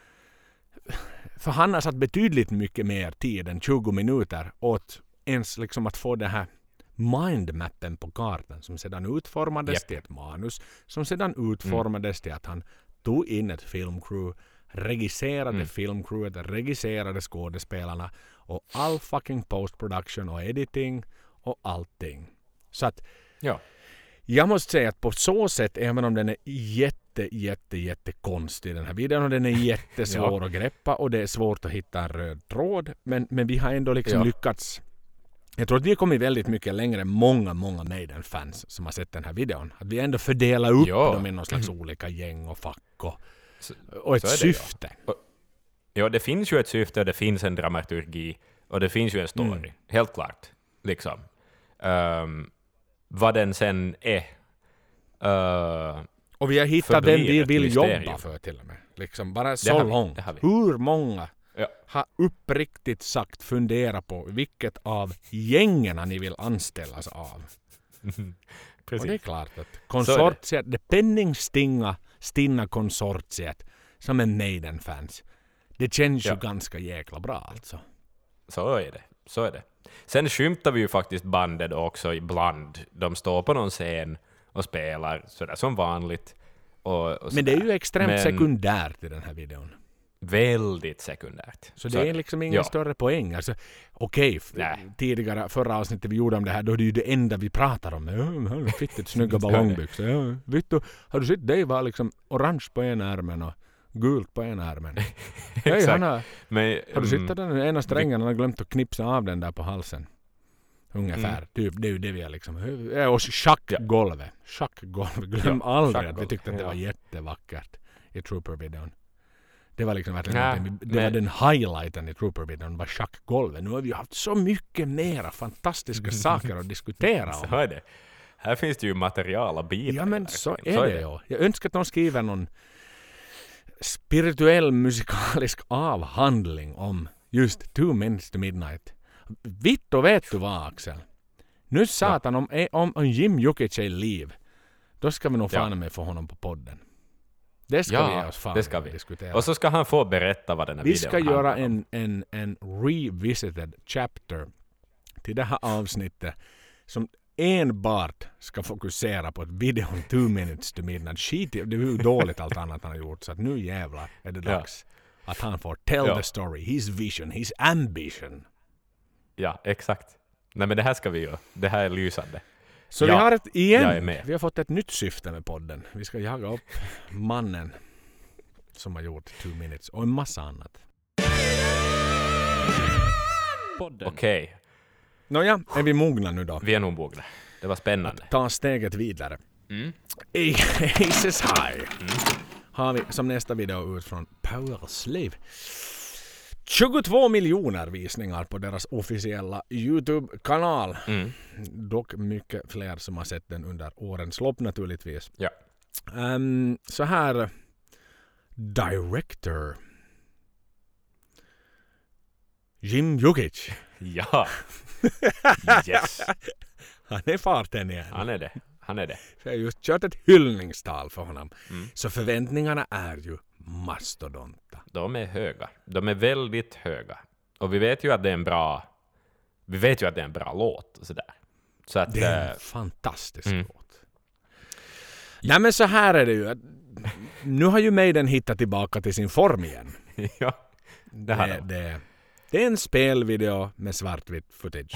har satt betydligt mycket mer tid än 20 minuter åt ens liksom att få det här mindmappen på kartan som sedan utformades till ett manus, som sedan utformades till att han tog in ett filmcrew, regisserade filmcrewet, regisserade skådespelarna och all fucking postproduction och editing och allting. Så att jag måste säga att på så sätt, även om den är jätte konstig den här videon, och den är jättesvår att greppa och det är svårt att hitta en röd tråd, men vi har ändå liksom lyckats. Jag tror att vi har kommit väldigt mycket längre än många Maiden-fans som har sett den här videon. Att vi ändå fördelar upp dem i någon slags olika gäng och fack och ett syfte. Ja, det finns ju ett syfte och det finns en dramaturgi och det finns ju en story. Helt klart. Liksom. Vad den sen är. Och vi har hittat den vi vill jobba för till och med. Liksom bara så långt. Hur många har uppriktigt sagt fundera på vilket av gängerna ni vill anställas av. Precis. Och det är klart att konsortiet, det penningstinna konsortiet som är Maiden-fans, det känns ju ganska jäkla bra alltså. Så är det. Sen skymtar vi ju faktiskt bandet också ibland. De står på någon scen och spelar sådär som vanligt. Och men det är ju extremt sekundärt i den här videon. Väldigt sekundärt. Så det är liksom ingen större poäng. Alltså, okej, tidigare, förra avsnittet vi gjorde om det här, då är det ju det enda vi pratar om. Fittigt snygga ballongbyxor. Ja, vet du, har du sett det var liksom orange på en ärmen och gult på en ärmen. Exakt. Har du sett den ena strängen, han har glömt att knipsa av den där på halsen. Ungefär. Typ, det är ju det vi är liksom. Och schackgolvet. Glöm aldrig att vi tyckte att det var jättevackert i Trooper-videon. Det var liksom verkligen det var den highlighten i Trooper-videon, var schackgolvet. Nu har vi ju haft så mycket mera fantastiska saker att diskutera om. Så är det. Här finns det ju material att bita. Ja, men så är det ju. Jag önskar att de skriver någon spirituell musikalisk avhandling om just 2 Minutes to Midnight. Vitt och vet du vad, Axel? Nu satan, om Jim Jukic är liv, då ska vi nog fan med få honom på podden. Det ska vi ge oss fan det ska vi diskutera. Och så ska han få berätta vad den här Vi videon ska göra handlar om. en revisited chapter till det här avsnittet som enbart ska fokusera på ett videon 2 minutes to midnight. Shit, det är ju dåligt allt annat han har gjort, så att nu jävlar är det dags att han får tell the story, his vision, his ambition. Ja, exakt. Nej, men det här ska vi göra. Det här är lysande. Så vi har vi har fått ett nytt syfte med podden. Vi ska jaga upp mannen som har gjort 2 minutes och en massa annat. Okej. Nåja, är vi mogna nu då? Vi är nog mogna. Det var spännande. Ta steget vidare. Aces High har vi som nästa video ut från Powerslave. 22 miljoner visningar på deras officiella YouTube-kanal. Dock mycket fler som har sett den under årens lopp naturligtvis. Ja. Så här, director Jim Jukic. Ja. Yes. Han är farten igen. Han är det. Så jag har just kört ett hyllningstal för honom. Så förväntningarna är ju mastodonta. De är höga. De är väldigt höga. Och vi vet ju att det är en bra låt och sådär. Så att, det är en fantastisk låt. Nej, men så här är det ju. Nu har ju Maiden hittat tillbaka till sin form igen. Ja, det är en spelvideo med svartvitt footage.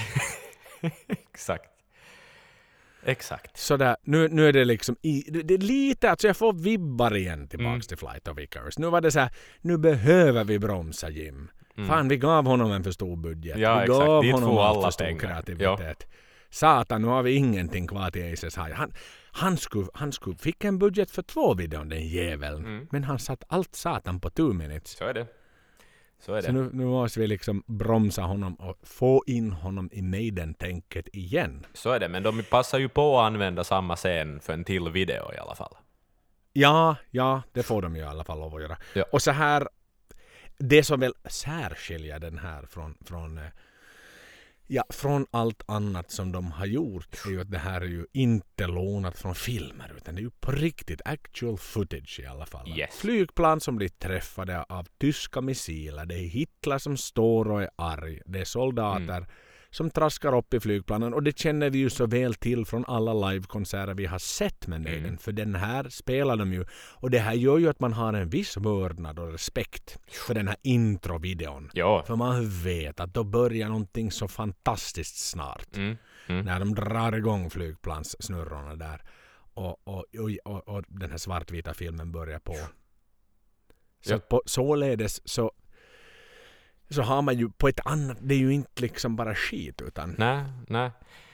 Exakt. Så där, nu är det liksom det är lite, alltså jag får vibbar igen tillbaks till Flight of Icarus. Nu var det så här, nu behöver vi bromsa Jim. Fan, vi gav honom en för stor budget. Ja, vi gav honom alla för stor pengar. kreativitet. Ja. Satan, nu har vi ingenting kvar till Aces High. Han skulle fick en budget för 2 videon, den jäveln. Men han satt allt satan på 2 minutes. Så är det. Så nu måste vi liksom bromsa honom och få in honom i Maiden-tänket igen. Så är det, men de passar ju på att använda samma scen för en till video i alla fall. Ja, det får de ju i alla fall lov att göra. Ja. Och så här, det som väl särskiljer den här från allt annat som de har gjort är ju att det här är ju inte lånat från filmer, utan det är ju på riktigt actual footage i alla fall. Yes. Flygplan som blir träffade av tyska missiler, det är Hitler som står och är arg, det är soldater som traskar upp i flygplanen, och det känner vi ju så väl till från alla livekonserter vi har sett med Maiden, för den här spelar de ju, och det här gör ju att man har en viss vördnad och respekt för den här introvideon. Ja. För man vet att då börjar någonting så fantastiskt snart när de drar igång flygplanssnurrorna där och den här svartvita filmen börjar på. Så således så har man ju på ett annat, det är ju inte liksom bara skit utan... Nej.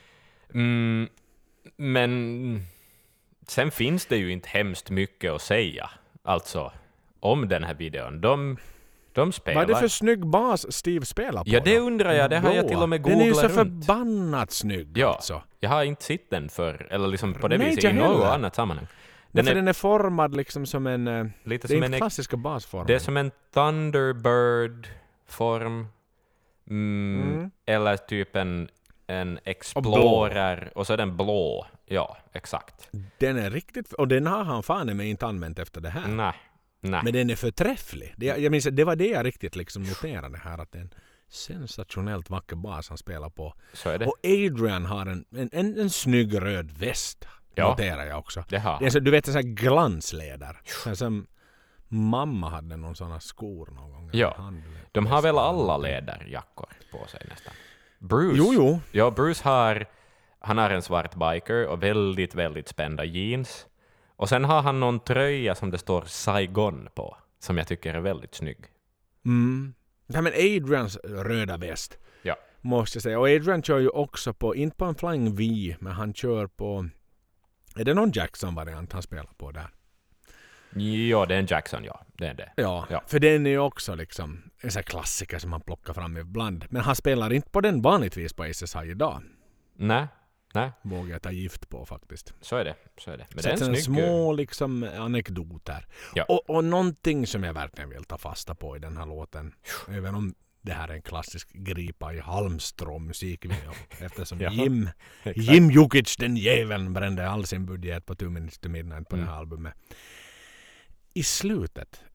Men sen finns det ju inte hemskt mycket att säga alltså om den här videon. De spelar... Vad är det för snygg bas Steve spelar på? Ja, det undrar jag. Det har jag till och med googlat runt. Den är ju så runt. förbannat snygg. Ja, alltså. Jag har inte sett den för eller liksom på det Nej, viset inte i något heller. annat sammanhang. Den är formad liksom som en... Lite det är som en klassiska basform. Det är som en Thunderbird-form. Eller typ en Explorer. Och så är den blå. Ja, exakt. Den är riktigt... Och den har han fan med inte använt efter det här. Nej. Men den är förträfflig. Jag minns, det var det jag riktigt liksom noterade här. Att det är en sensationellt vacker bas han spelar på. Så är det. Och Adrian har en snygg röd väst. Ja. Noterar jag också. Det har det är så, du vet, en sån här glansläder. Som mamma hade någon såna skor någon gång. Ja, de har väl alla läderjackor på sig nästan. Bruce. Jo. Ja, Bruce han har en svart biker och väldigt, väldigt spända jeans. Och sen har han någon tröja som det står Saigon på, som jag tycker är väldigt snygg. Ja, men Adrians röda väst. Ja. Måste jag säga. Och Adrian kör ju också på, inte på en Flying V, men han kör på... Är det någon Jackson-variant han spelar på där? Ja, det är en Jackson, ja. Det är det. Ja, för den är ju också liksom en sån här klassiker som han plockar fram ibland. Men han spelar inte på den vanligtvis på Aces High idag. Nej. Vågar jag ta gift på faktiskt. Så är det. Men så det är en små liksom anekdoter. Ja. Och någonting som jag verkligen vill ta fasta på i den här låten. Även om det här är en klassisk gripa i halmstrå musikvideo. Eftersom Jim Jukic, den jäveln, brände all sin budget på 2 minutes to midnight på det här albumet. i slutet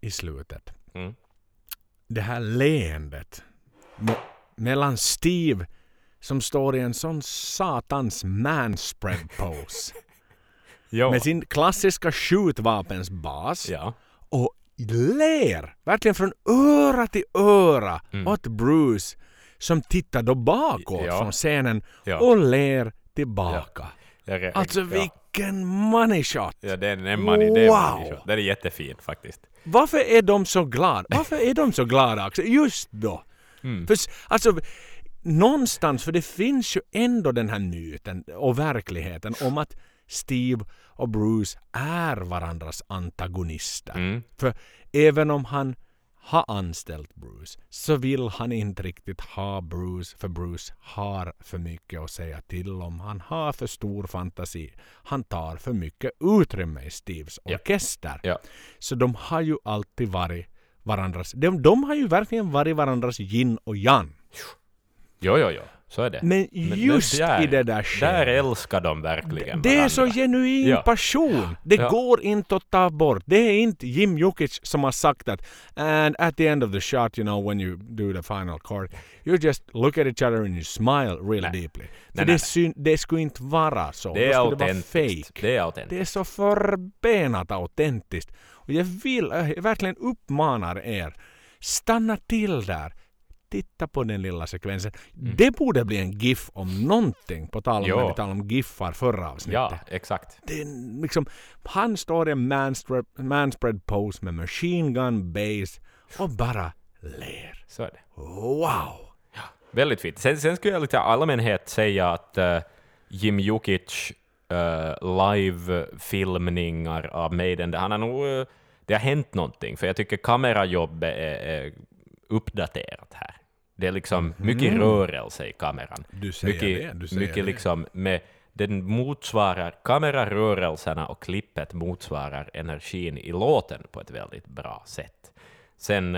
det här leendet mellan Steve som står i en sån satans manspread pose med sin klassiska skjutvapens bas och ler verkligen från öra till öra åt Bruce som tittar då bakåt från scenen och ler tillbaka. Alltså vilken money shot. Ja, det är en money shot. Det är jättefint faktiskt. Varför är de så glada? Varför är de så glada också? Just då. För, alltså, någonstans, för det finns ju ändå den här myten och verkligheten om att Steve och Bruce är varandras antagonister. För även om han har anställt Bruce så vill han inte riktigt ha Bruce, för Bruce har för mycket att säga till om. Han har för stor fantasi. Han tar för mycket utrymme i Steves orkester. Ja. Så de har ju alltid varit varandras... De har ju verkligen varit varandras yin och yang. Jo. Så är det. Men just i det där skedet. Där älskar de verkligen det är så genuin passion. Det går inte att ta bort. Det är inte Jim Jukic som har sagt att and at the end of the shot, you know, when you do the final chord, you just look at each other and you smile really deeply. Det skulle inte vara så. Det är autentiskt. Det är autentiskt. Det är så förbenat autentiskt. Och jag verkligen uppmanar er, stanna till där. Titta på den lilla sekvensen. Det borde bli en GIF om någonting, på tal om när vi talade om GIFar förra avsnittet. Ja, exakt. Det är liksom, han står i en manspread pose med machine gun base och bara ler. Så är det. Wow! Ja, väldigt fint. Sen skulle jag lite allmänhet säga att Jim Jukic live-filmningar av Maiden, det har hänt någonting. För jag tycker kamerajobbet är uppdaterat här. Det är liksom mycket rörelse i kameran. Du säger mycket det. Liksom med den motsvarar kamerarörelserna och klippet motsvarar energin i låten på ett väldigt bra sätt. Sen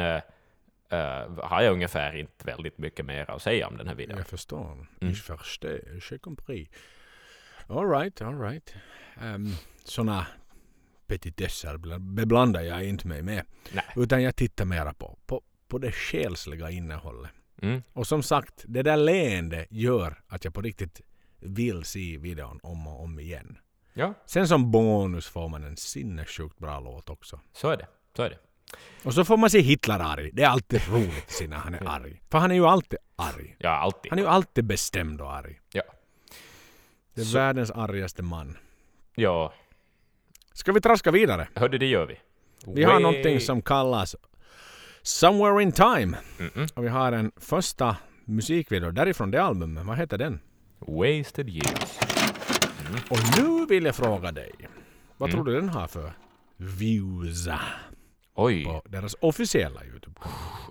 har jag ungefär inte väldigt mycket mer att säga om den här videon. Jag förstår. J'ai compris. All right. Såna petitesser beblandar jag inte mig med. Nej. Utan jag tittar mera på det själsliga innehållet. Och som sagt, det där leende gör att jag på riktigt vill se videon om och om igen. Ja. Sen som bonus får man en sinnessjukt bra låt också. Så är det. Och så får man se Hitler arg. Det är alltid roligt när han är arg. För han är ju alltid arg. Ja, alltid. Han är ju alltid bestämd och arg. Ja. Det är världens argaste man. Ja. Ska vi traska vidare? Hörde, det gör vi. Vi har någonting som kallas Somewhere in Time. Och vi har en första musikvideo därifrån det albumet. Vad heter den? Wasted Years. Och nu vill jag fråga dig. Vad tror du den har för views? Oj. På deras officiella YouTube.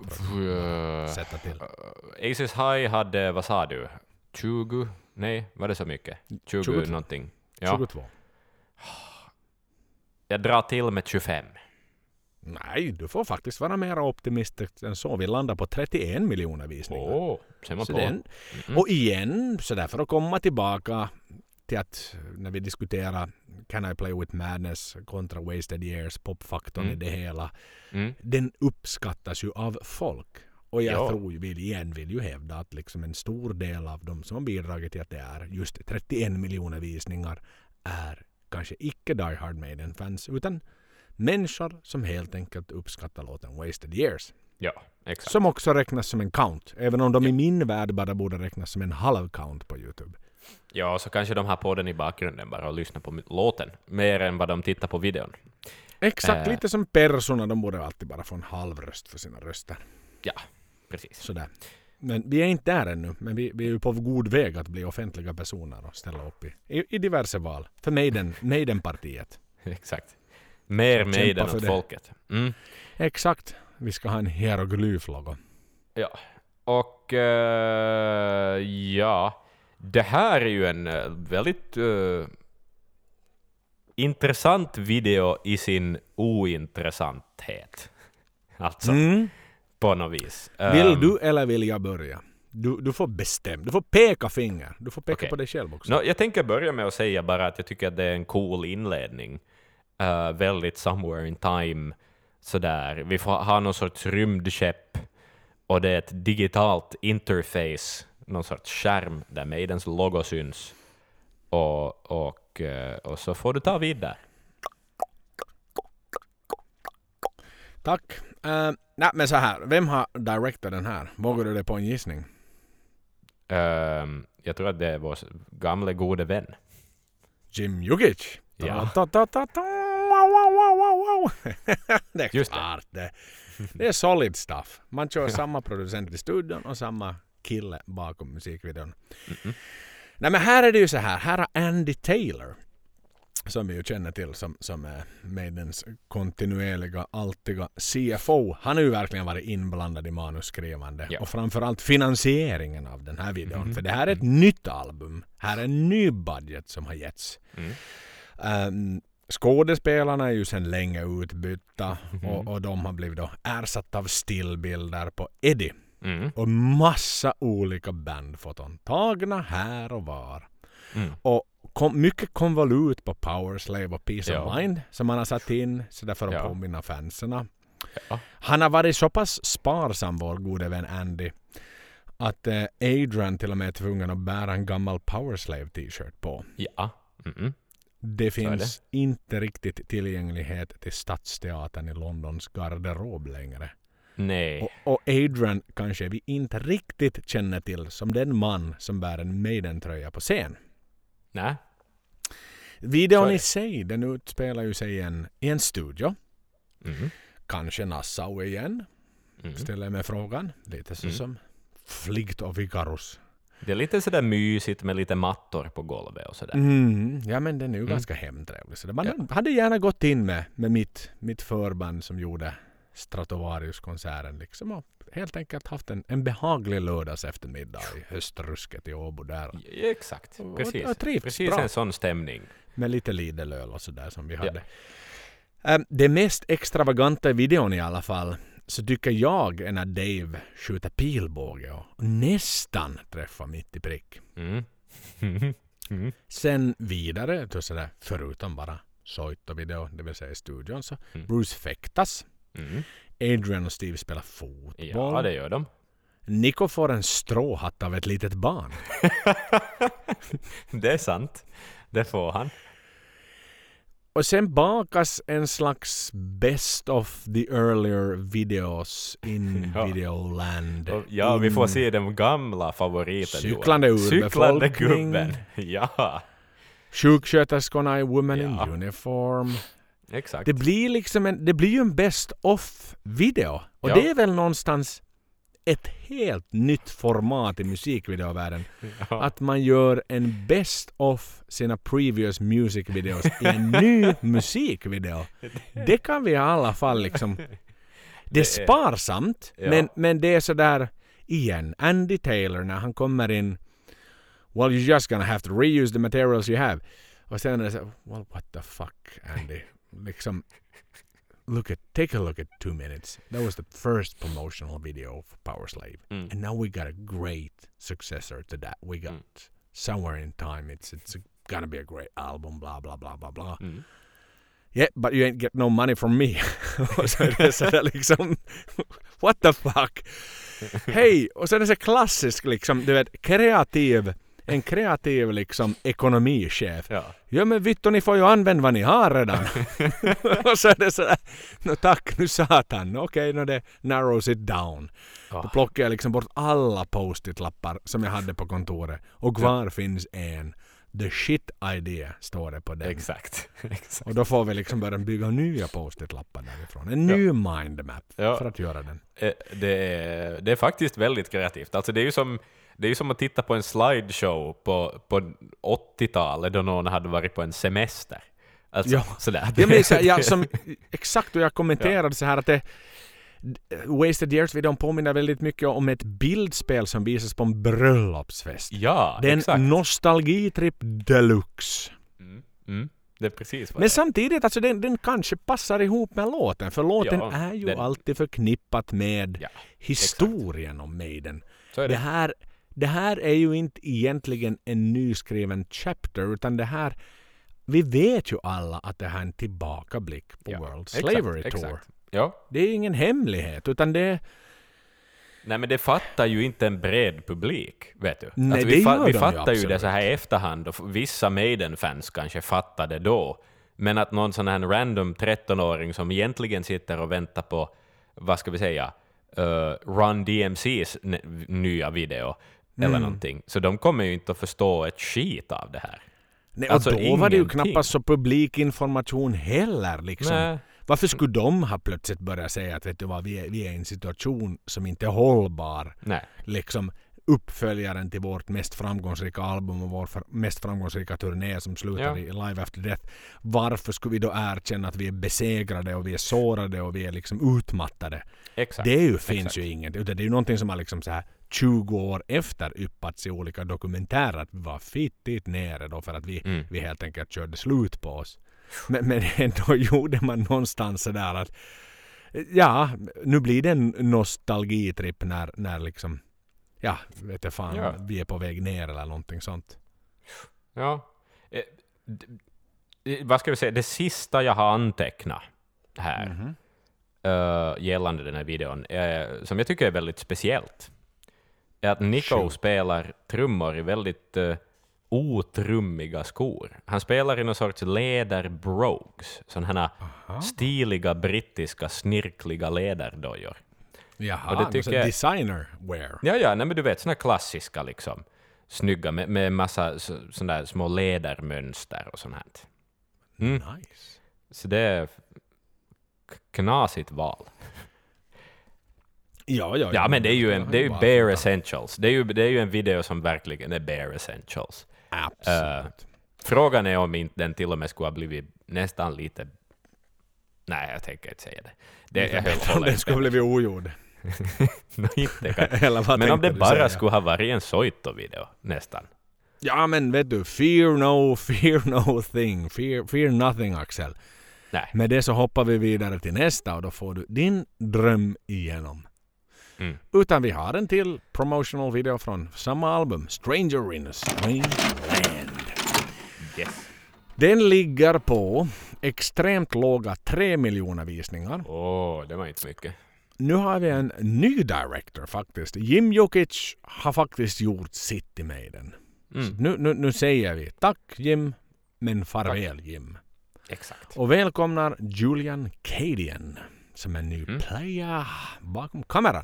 Sätta till. Aces High hade, vad sa du? 20? Nej, var det så mycket? 20 någonting. Ja. 22. Jag drar till med 25. Nej, du får faktiskt vara mer optimistisk än så. Vi landar på 31 miljoner visningar. Ser man så på. Och igen, så därför att komma tillbaka till att när vi diskuterar Can I Play With Madness kontra Wasted Years, popfaktorn i det hela. Den uppskattas ju av folk. Och jag tror, vill ju hävda att liksom en stor del av dem som har bidragit till att det är just 31 miljoner visningar är kanske icke Die Hard Maiden-fans, utan människor som helt enkelt uppskattar låten Wasted Years. Ja, exakt. Som också räknas som en count, även om de i min värld bara borde räknas som en halv count på YouTube. Ja, så kanske de har på den i bakgrunden bara och lyssnar på låten, mer än vad de tittar på videon. Exakt, lite som Persona, de borde alltid bara få en halv röst för sina röster. Ja, precis. Sådär. Men vi är inte där ännu, men vi är ju på god väg att bli offentliga personer och ställa upp i diverse val. För Maiden-partiet. Exakt. Mer Maiden åt folket. Exakt. Vi ska ha en hieroglyflogo. Ja. Och det här är ju en väldigt intressant video i sin ointressanthet. Alltså, på något vis. Vill du eller vill jag börja? Du får bestämma. Du får peka finger. Du får peka på dig själv också. Jag tänker börja med att säga bara att jag tycker att det är en cool inledning. väldigt somewhere in time. Sådär. Vi får ha någon sorts rymdskepp och det är ett digitalt interface, någon sorts skärm där Maidens logo syns. Och så får du ta vidare. Tack. Nej, men så här. Vem har directat den här? Vågar du det på en gissning? Jag tror att det är vår gamla gode vän. Jim Jukic. Ja. Det är Just klart det. Det är solid stuff. Man kör samma producent i studion och samma kille bakom musikvideon. Nej, men här är det ju så här. Här har Andy Taylor, som vi ju känner till som är Maidens kontinuerliga, alltiga CFO. Han har ju verkligen varit inblandad i manusskrivande och framförallt finansieringen av den här videon. För det här är ett nytt album. Här är en ny budget som har getts. Skådespelarna är ju sedan länge utbytta och de har blivit då ersatt av stillbilder på Eddie. Och massa olika bandfoton tagna här och var. Och mycket konvolut på Powerslave och Peace of Mind som man har satt in så där för att påminna fanserna. Han har varit så pass sparsam, vår gode vän Andy, att Adrian till och med är tvungen att bära en gammal Powerslave t-shirt på. Det finns inte riktigt tillgänglighet till Stadsteatern i Londons garderob längre. Nej. Och Adrian kanske vi inte riktigt känner till som den man som bär en Maiden-tröja på scen. Nej. Videon i sig, den utspelar ju sig i en studio. Kanske Nassau igen. Ställer mig frågan. Lite så som Flight of Icarus. Det är lite sådär mysigt med lite mattor på golvet och sådär. Ja, men den är ju ganska hemtrevlig. Så man hade gärna gått in med mitt förband som gjorde Stratovarius-konserten liksom, och helt enkelt haft en behaglig lördags eftermiddag i höstrusket i Åbo där. Exakt, precis. Och precis bra. En sån stämning. Med lite Lidl-öl och sådär som vi hade. Det mest extravaganta i videon i alla fall så tycker jag är när Dave skjuter pilbåge och nästan träffar mitt i prick. Sen vidare, förutom bara Soito video, det vill säga i studion, så Bruce fäktas. Adrian och Steve spelar fotboll. Ja, det gör de. Nico får en stråhatt av ett litet barn. Det är sant. Det får han. Och sen bakas en slags best of the earlier videos in Videoland. Ja, vi får se de gamla favoriterna. Cyklande urbefolkning. Gubben. Ja. Sjuksköterskorna i Women in Uniform. Exakt. Det blir liksom det blir ju en best of video. Och det är väl någonstans ett helt nytt format i musikvideovärlden. Att man gör en best of sina previous music videos i en ny musikvideo. Det kan vi i alla fall liksom. Det är sparsamt, men det är så där igen. Andy Taylor när han kommer in. Well, you're just gonna have to reuse the materials you have. Och sen är det så, well, what the fuck, Andy? Liksom, take a look at 2 minutes. That was the first promotional video for Powerslave. And now we got a great successor to that. We got Somewhere in Time. It's gonna be a great album, blah, blah, blah, blah, blah. Yeah, but you ain't get no money from me. Och så är det så där liksom, what the fuck? Hej, och så är det så klassisk liksom, du vet, en kreativ liksom ekonomichef. Ja men vittu, ni får ju använda vad ni har redan. Och så är det så där, tack nu satan. Okej, det narrows it down. Då plockar jag liksom bort alla post-it-lappar som jag hade på kontoret. Och kvar finns en. The shit idea står det på den. Exakt. Och då får vi liksom börja bygga nya post-it-lappar därifrån. En ny mindmap för att göra den. Det är faktiskt väldigt kreativt. Alltså det är ju som att titta på en slideshow på 80-talet då någon hade varit på en semester. Alltså, sådär. Exakt, och jag kommenterade så här att Wasted Years-videon påminner väldigt mycket om ett bildspel som visas på en bröllopsfest. Ja, det är exakt. En nostalgitripp deluxe. Det är precis vad men samtidigt, alltså den kanske passar ihop med låten. För låten är ju alltid förknippat med historien om Maiden. Så är det. Det här är ju inte egentligen en nyskriven chapter, utan det här vi vet ju alla att det här är en tillbakablick på World Slavery Tour. Exakt. Ja. Det är ingen hemlighet, utan det... Nej, men det fattar ju inte en bred publik, vet du. Nej, alltså, vi de fattar ju det så här i efterhand, och vissa Maiden-fans kanske fattade då. Men att någon sån här random 13-åring som egentligen sitter och väntar på, vad ska vi säga, Run DMCs nya video eller någonting, så de kommer ju inte att förstå ett skit av det här. Nej, och alltså, då var det ju knappast så publikinformation heller. Liksom. Nej. Varför skulle de ha plötsligt börjat säga att vet du vad, vi är i en situation som inte är hållbar? Nej. Liksom uppföljaren till vårt mest framgångsrika album och vår mest framgångsrika turné som slutar i Live After Death. Varför skulle vi då erkänna att vi är besegrade och vi är sårade och vi är liksom utmattade? Exakt. Det finns ju inget. Utan det är ju någonting som har liksom så här 20 år efter yppats i olika dokumentärer att vi var fittigt nere då för att vi helt enkelt körde slut på oss. Men ändå gjorde man någonstans så där att nu blir det en nostalgitripp när liksom vet jag fan, vi är på väg ner eller någonting sånt. Ja. Vad ska vi säga? Det sista jag har antecknat här gällande den här videon, som jag tycker är väldigt speciellt, är att Nico spelar trummor i väldigt otrummiga skor. Han spelar i någon sorts läderbrogues, sådana här stiliga brittiska snirkliga läderdojor. Jaha, och det tycker jag... designer wear. Ja, nej, men du vet, såna klassiska liksom, snygga med massa sådana där små lädermönster och sånt här. Nice. Så det är knasigt val. Ja, men det är ju bare essentials. Det är ju en video som verkligen är bare essentials. Absolut. Frågan är om inte den till och med skulle ha blivit nästan lite... Nej, jag tänker inte säga det. Den skulle ha blivit ogjord. Men om det bara skulle ha varit en Soito-video nästan. Ja, men vet du, fear no thing. Fear nothing, Axel. Nej. Med det så hoppar vi vidare till nästa och då får du din dröm igenom. Utan vi har en till promotional video från samma album, Stranger in a Strange Land. Yes. Den ligger på extremt låga 3 miljoner visningar. Det var inte mycket. Nu har vi en ny director faktiskt. Jim Jukic har faktiskt gjort sitt i Maiden. Nu säger vi tack Jim, men farväl Jim. Exakt. Och välkomnar Julian Cadian som en ny player bakom kameran.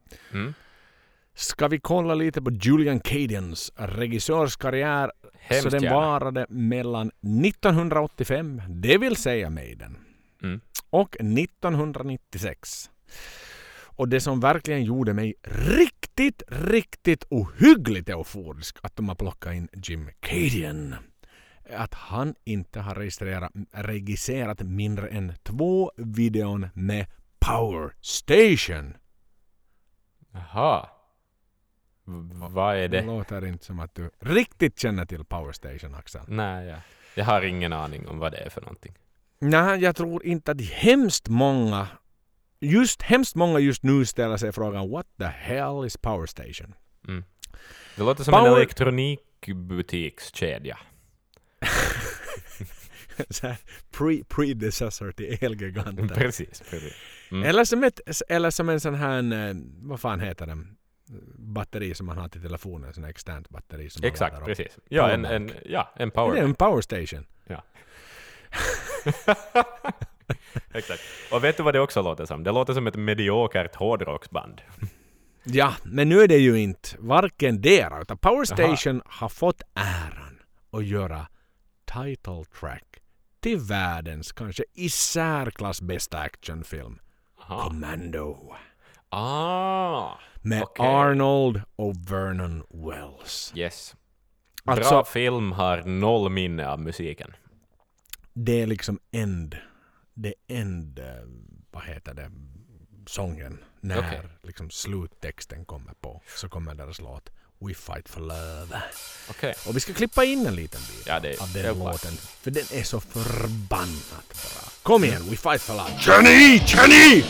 Ska vi kolla lite på Julian Cadians regissörskarriär? Så den varade mellan 1985, det vill säga Maiden, och 1996. Och det som verkligen gjorde mig riktigt ohyggligt euforisk att de har plockat in Jim Cadian, att han inte har regisserat mindre än 2 videon med Power Station. Jaha. Vad är det? Det låter inte som att du riktigt känner till Power Station, Axel. Nej, jag har ingen aning om vad det är för någonting. Nej, jag tror inte att hemskt många just nu ställer sig frågan what the hell is Power Station? Det låter som en elektronikbutikskedja. Predecessor till Elgiganten. Precis. Eller som en sån här, vad fan heter den? Batteri som man har till telefonen, sån externt batteri som exakt, precis. Ja, en power. Det är en Power Station. Ja. Exakt. Och vet du vad det också låter som? Det låter som ett mediokert hårdrocksband. Ja, men nu är det ju inte varken där, utan Power Station har fått äran att göra title track till världens kanske i särklass bästa actionfilm. Commando. Med Arnold och Vernon Wells. Yes. Bra film, har 0 minne av musiken. Det är liksom vad heter det, sången. När liksom sluttexten kommer på, så kommer deras låt We Fight for Love. Och vi ska klippa in en liten bit av den låten. För den är så förbannat bra. Kom igen, We Fight for Love. Johnny!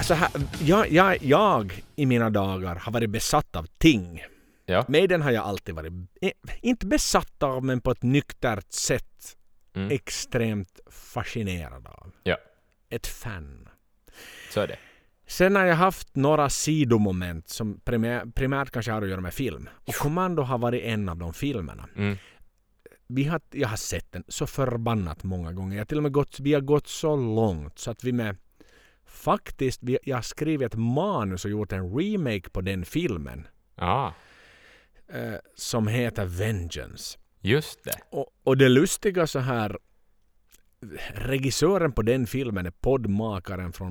så här, jag i mina dagar har varit besatt av ting. Ja. Maiden har jag alltid varit, inte besatt av, men på ett nyktert sätt extremt fascinerad av. Ja. Ett fan. Så är det. Sen har jag haft några sidomoment som primärt kanske har att göra med film. Och Kommando har varit en av de filmerna. Jag har sett den så förbannat många gånger. Vi har gått så långt så att jag har skrivit ett manus och gjort en remake på den filmen. Som heter Vengeance. Just det. Och det lustiga så här, regissören på den filmen är poddmakaren från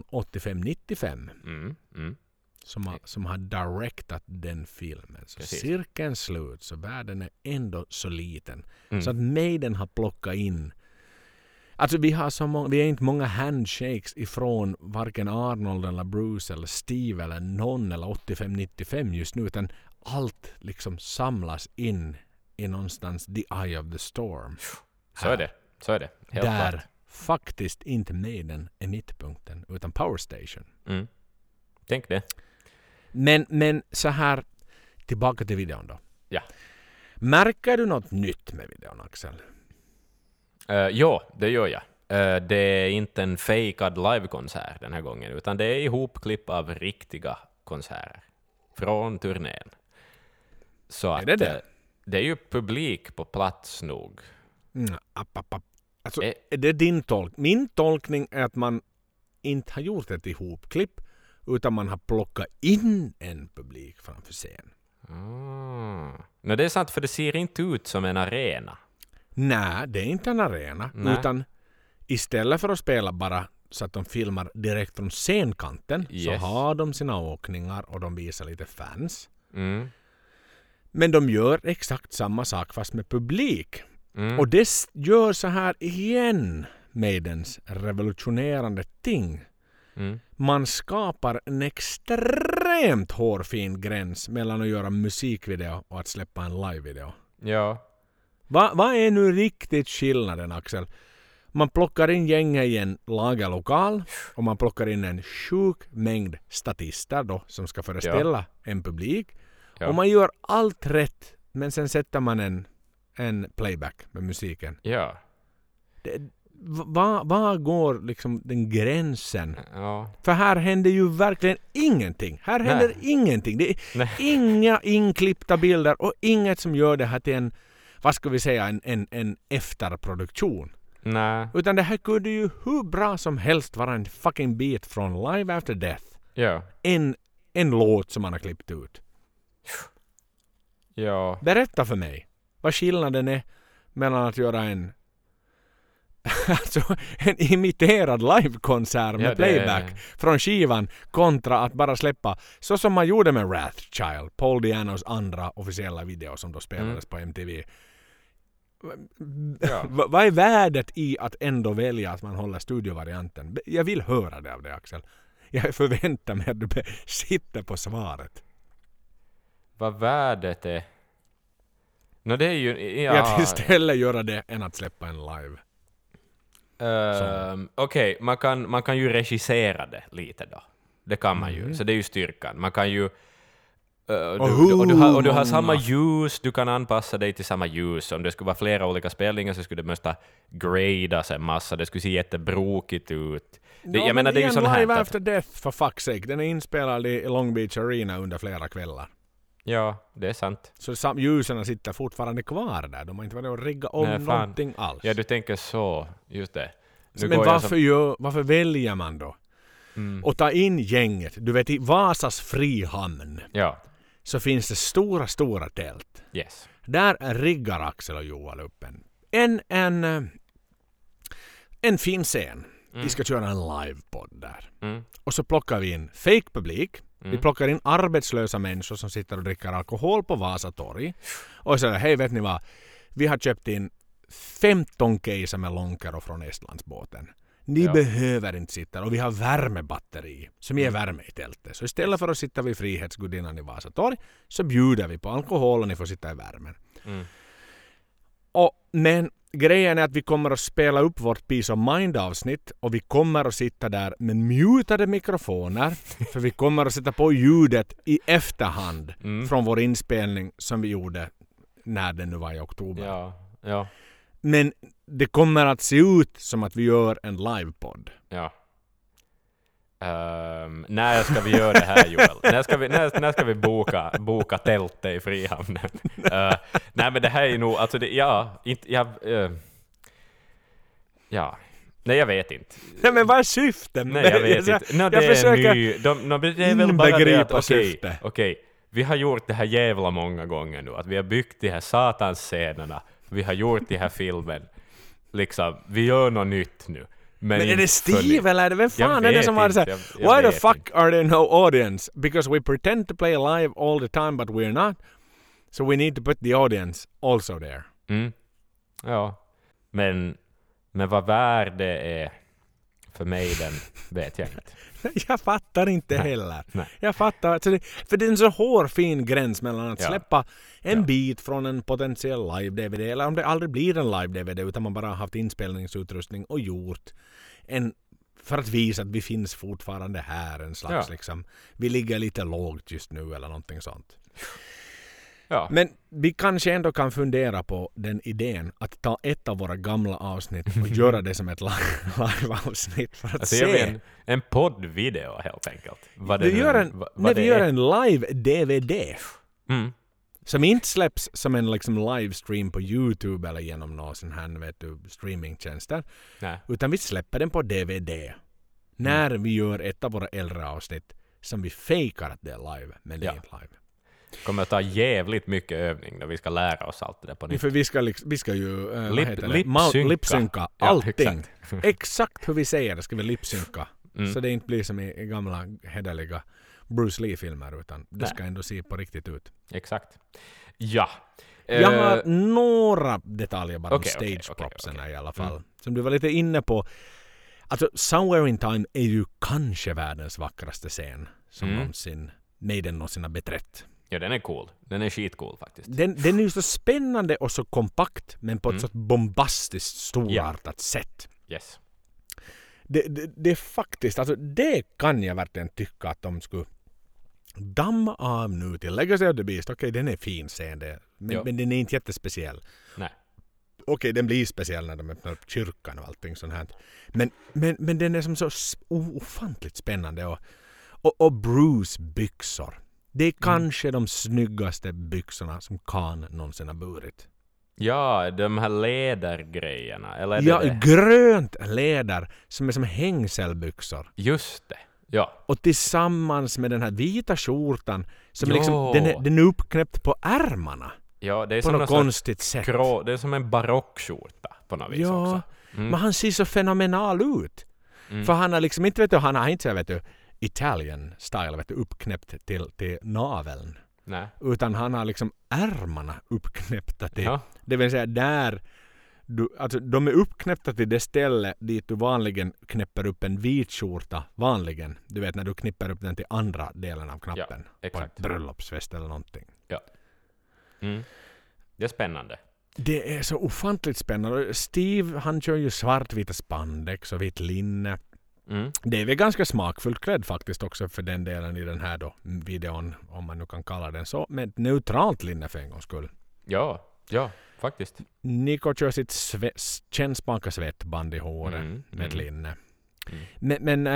85-95 som har directat den filmen. Så cirkeln slut, så världen är ändå så liten. Så att Maiden har plockat in, alltså vi är inte många handshakes ifrån varken Arnold eller Bruce eller Steve eller någon eller 85-95 just nu, utan allt liksom samlas in i någonstans the eye of the storm. Så är det. Helt där klart. faktiskt inte Maiden är mittpunkten utan Power Station. Tänk det. Men så här, tillbaka till videon då. Ja. Märker du något nytt med videon, Axel? Ja, det gör jag. Det är inte en fejkad livekonsert den här gången, utan det är ihopklipp av riktiga konserter från turnén. Så att, det är ju publik på plats nog. Alltså, är det din tolkning? Min tolkning är att man inte har gjort ett ihopklipp, utan man har plockat in en publik framför scen. Det är sant, för det ser inte ut som en arena. Nej, det är inte en arena. Utan istället för att spela bara så att de filmar direkt från scenkanten, så har de sina åkningar och de visar lite fans. Men de gör exakt samma sak fast med publik. Och det gör så här igen Maidens revolutionerande ting. Man skapar en extremt hårfin gräns mellan att göra musikvideo och att släppa en livevideo. Ja. Vad är nu riktigt skillnaden, Axel? Man plockar in gänget i en lagerlokal och man plockar in en sjuk mängd statister då, som ska föreställa en publik. Ja. Och man gör allt rätt, men sen sätter man en playback med musiken. Ja. Vad går liksom den gränsen? Ja. För här händer ju verkligen ingenting. Här händer ingenting. Det är inga inklippta bilder och inget som gör det här till en, vad ska vi säga, en efterproduktion. Nej. Utan det här kunde ju hur bra som helst vara en fucking bit från Live After Death. Ja. En låt som man har klippt ut. Ja. Berätta för mig vad skillnaden är mellan att göra en imiterad livekonsert med playback från skivan kontra att bara släppa så som man gjorde med Wrathchild, Paul Di'Annos andra officiella video som då spelades på MTV. Vad är värdet i att ändå välja att man håller studiovarianten? Jag vill höra det av dig, Axel. Jag förväntar mig att du sitter på svaret. Vad värdet är? Det är ju... Att istället göra det än att släppa en live. Okej, man kan ju regissera det lite då. Det kan man ju. Så det är ju styrkan. Man kan ju... du har samma ljus, du kan anpassa dig till samma ljus. Om det skulle vara flera olika spelningar så skulle det måste gradas en massa. Det skulle se jättebrokigt ut. Jag menar, det är ju sån här... Live After Death, för fuck's sake. Den är inspelad i Long Beach Arena under flera kvällar. Ja, det är sant. Så ljusen sitter fortfarande kvar där. De har inte varit att rigga om någonting alls. Ja, du tänker så. Just det. Men varför väljer man då? Och ta in gänget. Du vet, i Vasas Frihamn så finns det stora tält. Yes. Där riggar Axel och Joel upp en fin scen. Vi ska köra en livepodd där. Och så plockar vi in fake publik. Vi plockar in arbetslösa människor som sitter och dricker alkohol på Vasatorg. Och så hej, vet ni vad? Vi har köpt in 15 caser med Lonkero från Estlandsbåten. Ni behöver inte sitta, och vi har värmebatteri som ger värme i tältet. Så istället för att sitta vid Frihetsgudinnan i Vasatorg så bjuder vi på alkohol och ni får sitta i värmen. Men grejen är att vi kommer att spela upp vårt Peace of Mind-avsnitt och vi kommer att sitta där med mutade mikrofoner för vi kommer att sätta på ljudet i efterhand från vår inspelning som vi gjorde när det nu var i oktober. Ja. Men det kommer att se ut som att vi gör en livepodd. Ja. När ska vi göra det här, Joel? När ska vi boka tältet i Frihamnen? Nej, men det här är nog... Alltså Nej, jag vet inte. Nej, men vad är syftet? Nej, jag vet inte. Jag försöker det är väl bara det att, syfte. Okej, vi har gjort det här jävla många gånger nu. Att vi har byggt de här satans scenerna. Vi har gjort de här filmen. Liksom, vi gör något nytt nu. Men är det Steve eller är det vem fan är det som har det så här? Why the fuck are there no audience? Because we pretend to play live all the time but we're not. So we need to put the audience also there. Ja. Men vad värde är för mig, den vet jag inte. Jag fattar inte heller. Nej. Jag fattar. För det är en så hårfin gräns mellan att släppa en bit från en potentiell live-DVD eller om det aldrig blir en live-DVD utan man bara har haft inspelningsutrustning och gjort för att visa att vi finns fortfarande här. En slags liksom, vi ligger lite lågt just nu eller någonting sånt. Ja. Men vi kanske ändå kan fundera på den idén att ta ett av våra gamla avsnitt och göra det som ett live-avsnitt för att se. En poddvideo helt enkelt. Vi gör en live-DVD som inte släpps som en liksom livestream på YouTube eller genom någon sån här streamingtjänster. Nej. Utan vi släpper den på DVD. När vi gör ett av våra äldre avsnitt som vi fejkar att det är live, men det är inte live. Kommer att ta jävligt mycket övning när vi ska lära oss allt det där på nytt. För vi ska ju lipsynka allting. Exakt hur vi säger det ska vi lipsynka. Så det inte blir som i gamla hederliga Bruce Lee-filmer utan det ska ändå se på riktigt ut. Exakt. Ja. Jag har några detaljer bara om stage-propsen i alla fall. Som du var lite inne på. Alltså Somewhere in Time är ju kanske världens vackraste scen som någonsin Maiden någonsin har beträtt. Ja, den är cool. Den är skitcool faktiskt. Den är ju så spännande och så kompakt men på ett så bombastiskt storartat sätt. Yes. Det är faktiskt, alltså det kan jag verkligen tycka att de skulle damma av nu till Legacy of the Beast. Okej, den är fin scen det, men den är inte jättespeciell. Nej. Okej, den blir speciell när de öppnar upp kyrkan och allting sånt här. Men den är som så ofantligt spännande och Bruce byxor. Det är kanske de snyggaste byxorna som Khan någonsin har burit. Ja, de här lädergrejerna. Eller det? Grönt läder som är som hängselbyxor. Just det, ja. Och tillsammans med den här vita skjortan som är liksom, den är uppknäppt på ärmarna. Ja, det är på som något konstigt sätt. Det är som en barockskjorta på något vis också. Men han ser så fenomenal ut. För han har liksom inte, han har inte Italian style uppknäppt till naveln. Nej. Utan han har liksom ärmarna uppknäppta till. Det vill säga där alltså de är uppknäppta till det ställe dit du vanligen knäpper upp en vit skjorta vanligen. Du vet när du knäpper upp den till andra delen av knappen på ett bröllopsfest eller någonting. Ja. Det är spännande. Det är så ofantligt spännande. Steve, han kör ju svartvita spandex och vitt linne. Det är väl ganska smakfullt klädd faktiskt också för den delen i den här då videon, om man nu kan kalla den så, med ett neutralt linne för en gångs skull. Ja, faktiskt. Nico kör sitt kännspaka svettband i håret med ett linne. Men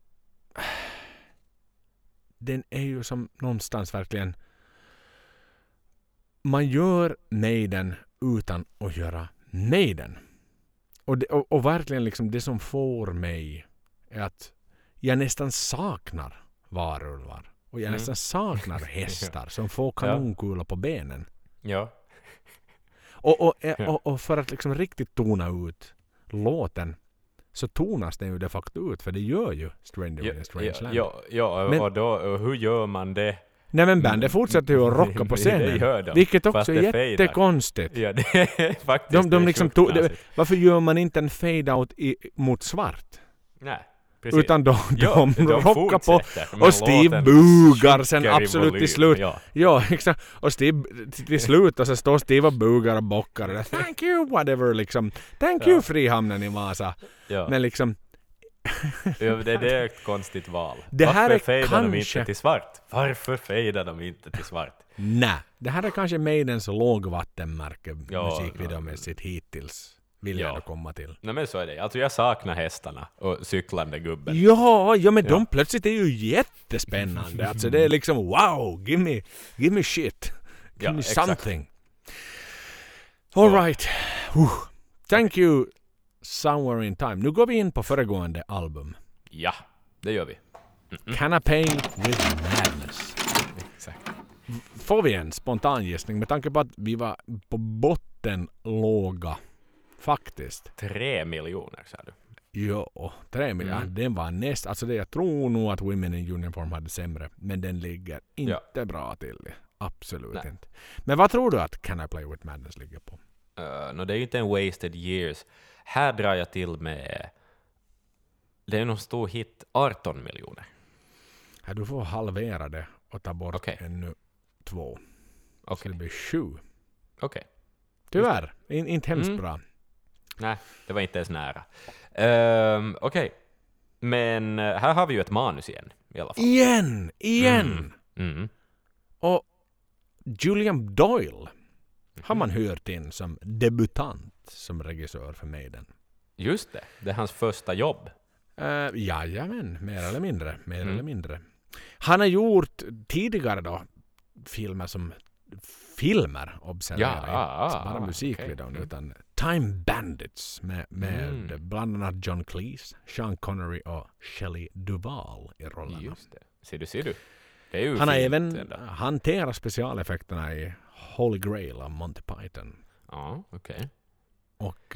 den är ju som någonstans verkligen, man gör Maiden utan att göra Maiden. Och verkligen liksom det som får mig är att jag nästan saknar varulvar. Och jag nästan saknar hästar som får kanonkulor på benen. Ja. Och för att liksom riktigt tona ut låten så tonas den ju de facto ut. För det gör ju Stranger in a Strange Land. Men, och då, hur gör man det? Nej, men bandet fortsätter ju att rocka på scenen. Vilket också är jättekonstigt. Ja, det är faktiskt de liksom varför gör man inte en fade-out mot svart? Nej. precis. Utan de rockar på fortsätter, och Steve bugar sen sjunker i absolut volym, till slut. ja. Ja, exakt. Och Steve till slut och så står Steve och bugar och bockar. Thank you, whatever liksom. Thank you, Frihamnen i Vasa. Ja. Men liksom... Ja, det är ett konstigt val. Det här Varför är fejdar de kanske... inte till svart? Varför fejdar de inte till svart? Nej, det här är kanske Maidens lågvattenmärke Ja, musikvideomässigt hittills. Vill jag då komma till. Nej, men så är det. Alltså jag saknar hästarna och cyklande gubben. Ja, men de plötsligt är ju jättespännande. Alltså det är liksom wow, give me shit. Give me something. All right. Thank you, Somewhere in Time. Nu går vi in på föregående album. Ja, det gör vi. Can I Play with Madness? Exakt. Får vi en spontan gissning med tanke på att vi var på botten låga faktiskt. 3 miljoner, sa du. Jo, 3 miljoner. Den var näst. Alltså det, jag tror nog att Women in Uniform hade sämre. Men den ligger inte bra till. Absolut inte. Men vad tror du att Can I Play with Madness ligger på? Det är ju inte en Wasted Years. Här drar jag till med... Det är någon stor hit. 18 miljoner. Ja, du får halvera det och ta bort ännu 2. Så det blir 7. Okej. Tyvärr. Inte hemskt bra. Nej, det var inte ens nära. Okej. Men här har vi ju ett manus igen. I alla fall. Igen! Och Julian Doyle har man hört in som debutant som regissör för Maiden. Just det. Det är hans första jobb. Jajamän, mer eller mindre. Han har gjort tidigare då filmer observera. Inte bara musikvideon utan Time Bandits med bland annat John Cleese, Sean Connery och Shelley Duvall i rollerna. Just det. Ser du. Det är ju han har även hanterat specialeffekterna i Holy Grail av Monty Python. Ja, okej. Och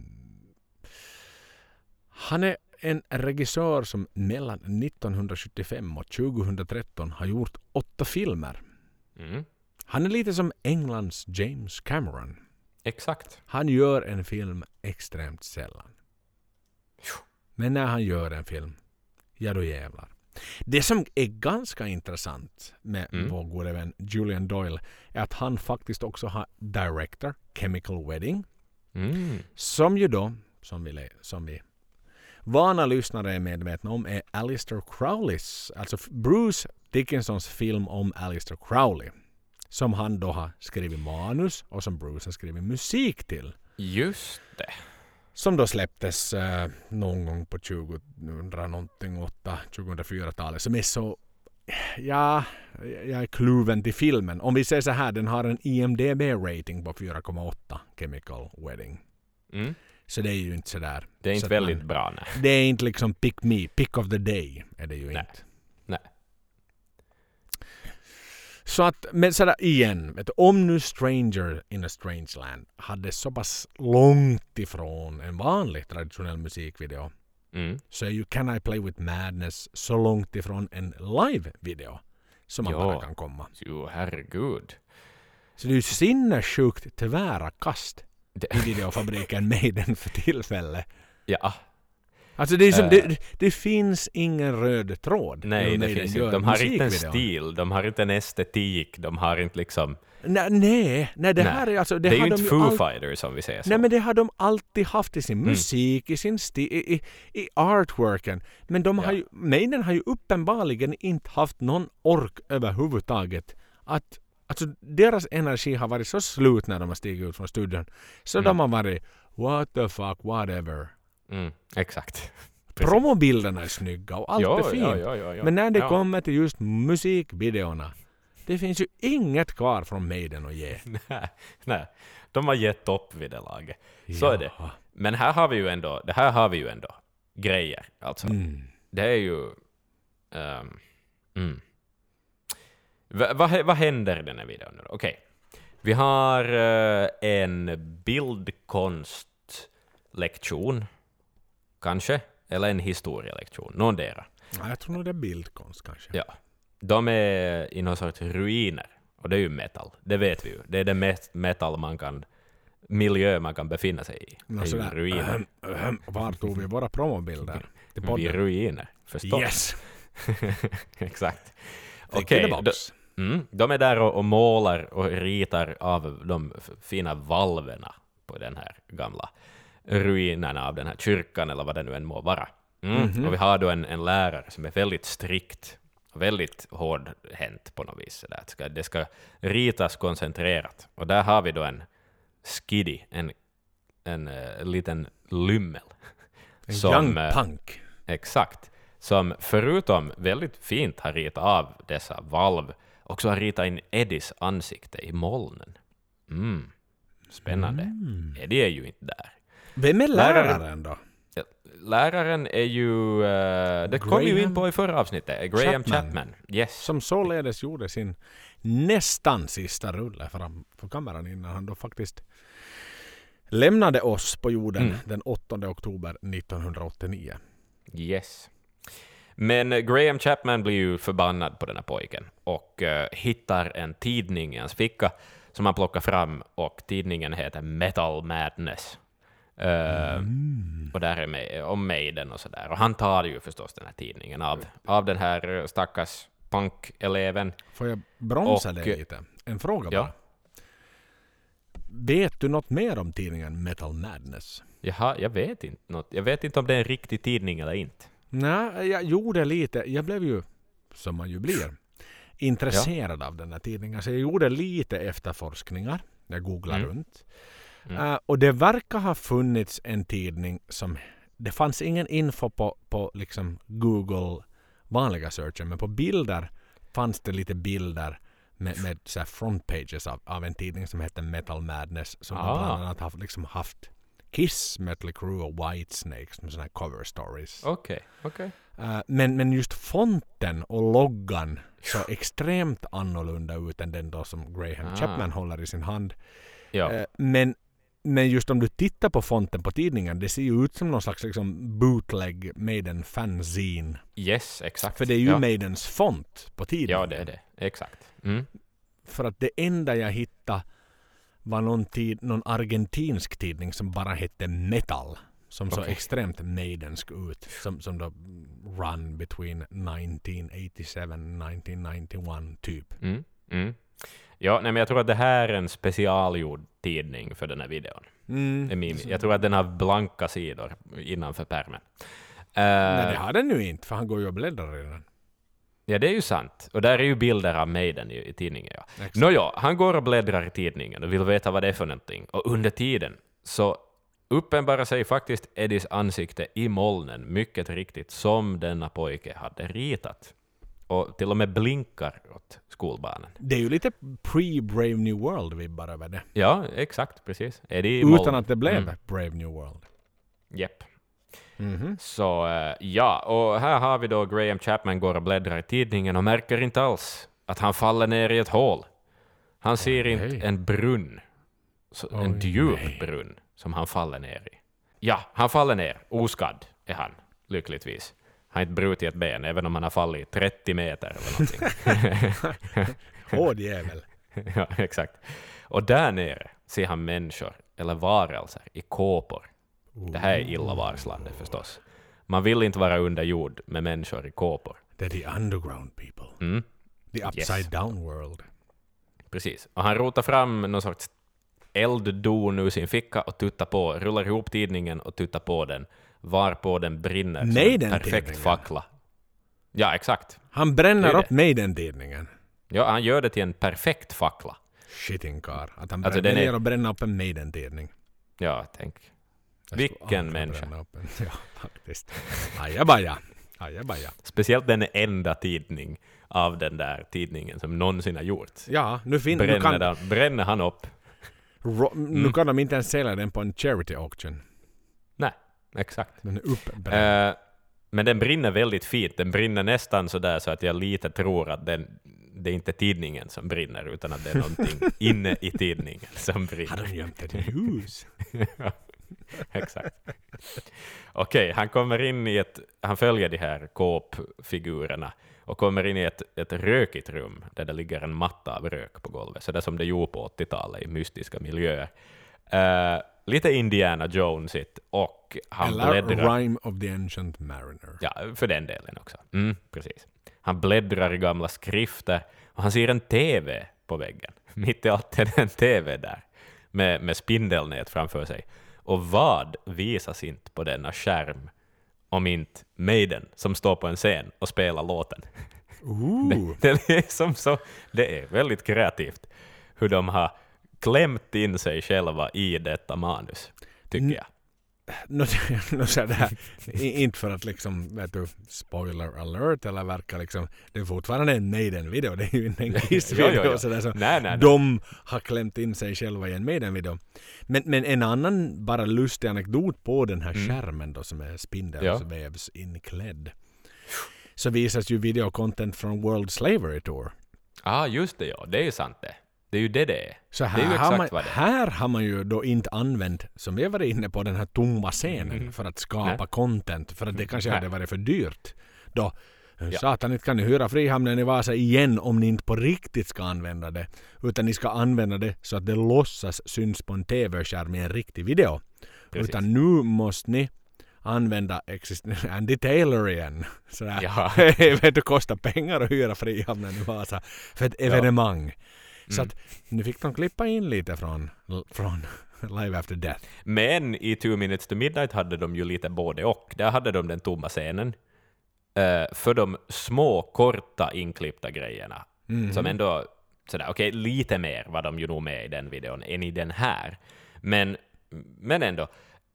han är en regissör som mellan 1975 och 2013 har gjort 8 filmer. Han är lite som Englands James Cameron. Exakt. Han gör en film extremt sällan. Men när han gör en film, ja då jävlar. Det som är ganska intressant med vår gode vän Julian Doyle är att han faktiskt också har director Chemical Wedding. Som ju då, som vi vana lyssnare är medvetna om, är Aleister Crowleys, alltså Bruce Dickinsons film om Aleister Crowley. Som han då har skrivit manus och som Bruce har skrivit musik till. Just det. Som då släpptes någon gång på 2004-talet. Som är så... Ja, jag är kluven till filmen. Om vi säger så här, den har en IMDb-rating på 4,8, Chemical Wedding. Så det är ju inte sådär... Det är inte väldigt bra, nej. Det är inte liksom pick of the day, är det ju inte. Nej. Så att, men sådär igen, vet du, om nu Stranger in a Strange Land hade så pass långt ifrån en vanlig traditionell musikvideo så är ju Can I Play with Madness så långt ifrån en live-video som man bara kan komma. Jo, herregud. Så det är ju sinnessjukt tvära kast i videofabriken Maiden för tillfälle. Ja. Alltså det är som, det finns ingen röd tråd. Nej, det finns inte. De har inte en stil, de har inte en estetik, de har inte liksom... Nej, det här är alltså... Det är ju inte Foo Fighters som vi säger så. Nej, men det har de alltid haft i sin musik, i sin stil, i artworken. Men de har ju, Maiden har ju uppenbarligen inte haft någon ork överhuvudtaget att... Alltså deras energi har varit så slut när de har stigit ut från studion. Så de har varit what the fuck, whatever. Exakt. Promobilderna är snygga och allt är fint. Ja. Men när det kommer till just musikvideorna, det finns ju inget kvar från Maiden att ge. Nej. De har gett upp vid det laget. Så är det. Men här har vi ju ändå grejer. Alltså. Det är ju... Vad händer i den här videon nu då? Okej. Vi har en bildkonstlektion. Kanske. Eller en historielektion. Någondera. Ja, jag tror nog det är bildkonst kanske. Ja. De är i någon sorts ruiner. Och det är ju metal. Det vet vi ju. Det är det mest metal man kan miljö man kan befinna sig i. Nå, Det är ju sådär, ruiner. var tog vi våra promobilder? Till Vid podden? ruiner, förstås. Yes! Exakt. Okej, de är där och målar och ritar av de fina valverna på den här gamla ruinerna av den här kyrkan eller vad det nu än må vara. Och vi har då en lärare som är väldigt strikt, väldigt hårdhänt på något vis. Det ska ritas koncentrerat. Och där har vi då en skiddy, en liten lymmel. En young punk. Exakt. Som förutom väldigt fint har ritat av dessa valv också har ritat in Eddies ansikte i molnen. Spännande. Eddie är ju inte där. Vem är läraren då? Läraren är ju... det kom ju in på i förra avsnittet. Graham Chapman. Yes. Som således gjorde sin nästan sista rulle för kameran innan han då faktiskt lämnade oss på jorden den 8 oktober 1989. Yes. Men Graham Chapman blir ju förbannad på den här pojken och hittar en tidning i hans ficka som han plockar fram, och tidningen heter Metal Madness. Och där är med om Maiden och sådär. Och han tar ju förstås den här tidningen av den här stackars punk-eleven. Får jag bromsa dig lite? En fråga bara. Vet du något mer om tidningen Metal Madness? Jaha, jag vet inte något. Jag vet inte om det är en riktig tidning eller inte. Nej, jag gjorde lite. Jag blev ju, som man ju blir, intresserad av den här tidningen. Så jag gjorde lite efterforskningar. Jag googlade runt. Och det verkar ha funnits en tidning som... Det fanns ingen info på liksom Google vanliga searchen, men på bilder fanns det lite bilder med så här front pages av en tidning som heter Metal Madness, som bland annat har liksom haft Kiss, Mötley Crüe och Whitesnake som såna här cover stories. Okej. Men just fonten och loggan så extremt annorlunda ut än den då som Graham Chapman håller i sin hand. Ja. Men just om du tittar på fonten på tidningen, det ser ju ut som någon slags liksom bootleg Maiden fanzine. Yes, exakt. För det är ju Maidens font på tidningen. Ja, det är det. Exakt. För att det enda jag hittade var någon argentinsk tidning som bara hette Metal. Som så extremt Maidensk ut. Som då run between 1987 och 1991 typ. Ja, men jag tror att det här är en specialgjord tidning för den här videon. Jag tror att den har blanka sidor innanför pärmen. Nej, det har den nu inte, för han går ju och bläddrar i den. Ja, det är ju sant. Och där är ju bilder av Maiden i tidningen. Ja. Han går och bläddrar i tidningen och vill veta vad det är för någonting. Och under tiden så uppenbarar sig faktiskt Eddies ansikte i molnen, mycket riktigt, som denna pojke hade ritat. Och till och med blinkar åt skolbarnen. Det är ju lite pre-Brave New World-vibbar över det. Ja, exakt, precis. Utan att det blev Brave New World. Japp. Så och här har vi då Graham Chapman går och bläddrar i tidningen och märker inte alls att han faller ner i ett hål. Han ser inte en brunn, en djup brunn som han faller ner i. Ja, han faller ner, oskadd är han, lyckligtvis. Han har inte brutit ett ben, även om han har fallit 30 meter eller någonting. Hård jävel. Ja, exakt. Och där nere ser han människor eller varelser i kåpor. Det här är illavarslande förstås. Man vill inte vara under jord med människor i kåpor. Det är the underground people. The upside down world. Precis. Och han rotar fram någon sorts elddon ur sin ficka och tuttar på, rullar ihop tidningen och tuttar på den. Varpå den brinner som en perfekt fackla. Ja, exakt. Han bränner upp Maiden-tidningen. Ja, han gör det till en perfekt fackla. Shitting car. Att han väljer att bränna upp en Maiden-tidning. Ja, tänk. Vilken människa. Ja, faktiskt. Ajabaja. Speciellt den enda tidning av den där tidningen som någonsin har gjorts. Ja, bränner han upp. Nu kan de inte ens sälja den på en charity auction. Nej, exakt. Den är uppbränd. Men den brinner väldigt fint. Den brinner nästan sådär så att jag lite tror att det är inte tidningen som brinner, utan att det är någonting inne i tidningen som brinner. Har de gömt ett hus? Ja, exakt. Okej, han följer de här kåpfigurerna och kommer in i ett rökigt rum där det ligger en matta av rök på golvet. Så det som det gjorde på 80-talet i mystiska miljöer. Lite Indiana Jones och han Eller bläddrar. Rime of the Ancient Mariner. Ja, för den delen också. Precis. Han bläddrar i gamla skrifter och han ser en TV på väggen. Mitt i allt är det en TV där med spindelnät framför sig. Och vad visas inte på denna skärm om inte Maiden som står på en scen och spelar låten? Det är väldigt kreativt hur de har klämt in sig själva i detta manus, tycker jag. Inte för att liksom, vet du, spoiler alert eller verkar liksom, det är fortfarande en Maiden-video, det är ju en Kiss-video. Nej. De har klämt in sig själva i en Maiden-video. Men en annan bara lustig anekdot på den här skärmen då, som är spindelsvävsinklädd. Så visas ju videocontent från World Slavery Tour. Just det, ja. Det är ju sant det. Det är ju det är. Så här, det är ju exakt vad det är. Här har man ju då inte använt, som vi var inne på, den här tomma scenen för att skapa content. För att det kanske hade varit för dyrt. Då, satan, inte kan ni hyra Frihamnen i Vasa igen om ni inte på riktigt ska använda det. Utan ni ska använda det så att det låtsas syns på en tv-skärm i en riktig video. Precis. Utan nu måste ni använda Andy Taylor igen. Sådär. Vet du, kostar pengar att hyra Frihamnen i Vasa för ett evenemang. Så att nu fick de klippa in lite från Live After Death. Men i 2 Minutes to Midnight hade de ju lite både och. Där hade de den tomma scenen för de små, korta, inklippta grejerna. Som ändå, sådär, lite mer var de ju nog med i den videon än i den här. Men ändå.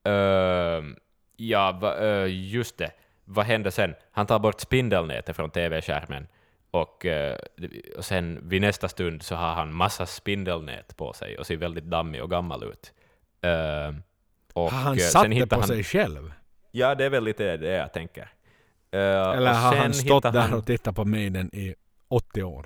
Just det. Vad hände sen? Han tar bort spindelnätet från tv-skärmen. Och sen vid nästa stund så har han massa spindelnät på sig och ser väldigt dammig och gammal ut. Och har han satt det på sig själv? Ja, det är väl lite det jag tänker. Eller har han stått där och tittat på Maiden i 80 år?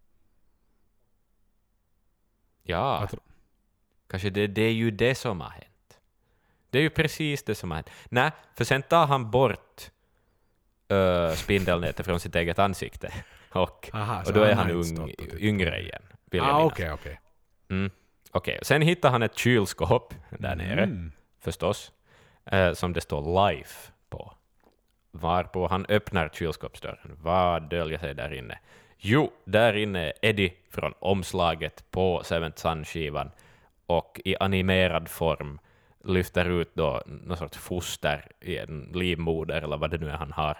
Ja, kanske det är ju det som har hänt. Det är ju precis det som har hänt. Nej, för sen tar han bort spindelnätet från sitt eget ansikte. Och då är han yngre igen. Okej. Sen hittar han ett kylskåp där nere, förstås, som det står Life på. Varpå han öppnar kylskåpsdörren. Vad döljer sig där inne? Jo, där inne är Eddie från omslaget på Seventh Sun-skivan och i animerad form lyfter ut då någon sorts foster i en livmoder eller vad det nu är han har.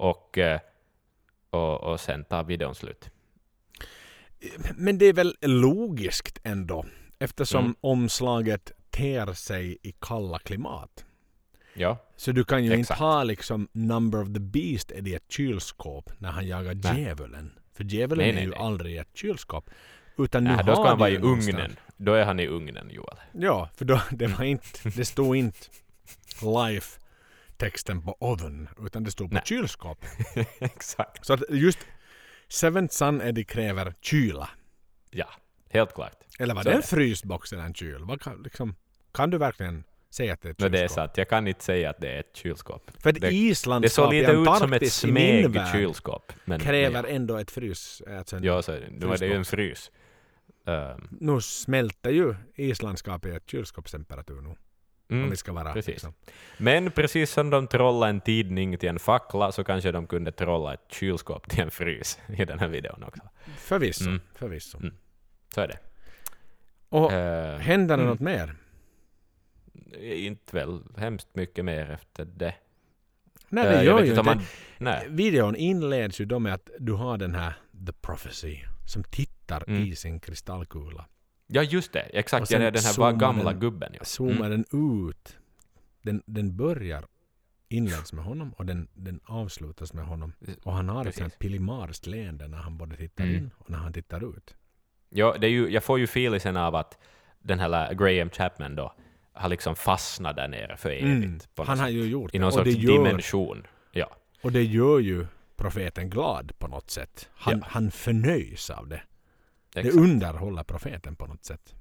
Och sen tar videon slut. Men det är väl logiskt ändå, eftersom omslaget ter sig i kalla klimat. Ja. Så du kan ju inte ha liksom Number of the Beast i ett kylskåp när han jagar djävulen. För djävulen är ju aldrig i ett kylskåp. Utan nu då ska han vara i ugnen. Då är han i ugnen, Joel. Ja, för då, det stod inte Life-texten på oven, utan det stod på kylskåp. Exakt. Så att just Seventh Sun Eddie kräver kyla. Ja, helt klart. Eller var det en frysbox eller en kyl? Kan du verkligen säga att det är ett kylskåp? Det är sant. Jag kan inte säga att det är ett kylskåp. För att Islandskap i Antarktis i min värld kylskåp, kräver ändå ett frys. Ja, så nu är det ju en frys. Nu smälter ju islandskap i ett kylskåpstemperatur nu. Om vi ska vara, precis. Liksom. Men precis som de trollade en tidning till en fackla så kanske de kunde trolla ett kylskåp till en frys i den här videon också. Förvisso. Så är det. Och händer det något mer? Inte väl hemskt mycket mer efter det. Nej, det gör ju inte. Videon inleds ju då med att du har den här The Prophecy som tittar i sin kristallkula. Ja, just det. Exakt. Den här gamla gubben. Ja. Zoomar den ut. Den börjar inleds med honom och den avslutas med honom. Och han har ett sånt pilimarskt leende när han både tittar in och när han tittar ut. Ja, det är ju, jag får ju feelingen av att den här Graham Chapman då har liksom fastnat där nere för evigt. Han har ju gjort det. I någon sorts dimension. Ja. Och det gör ju profeten glad på något sätt. Han förnöjs av det. Exakt. Det underhåller profeten på något sätt.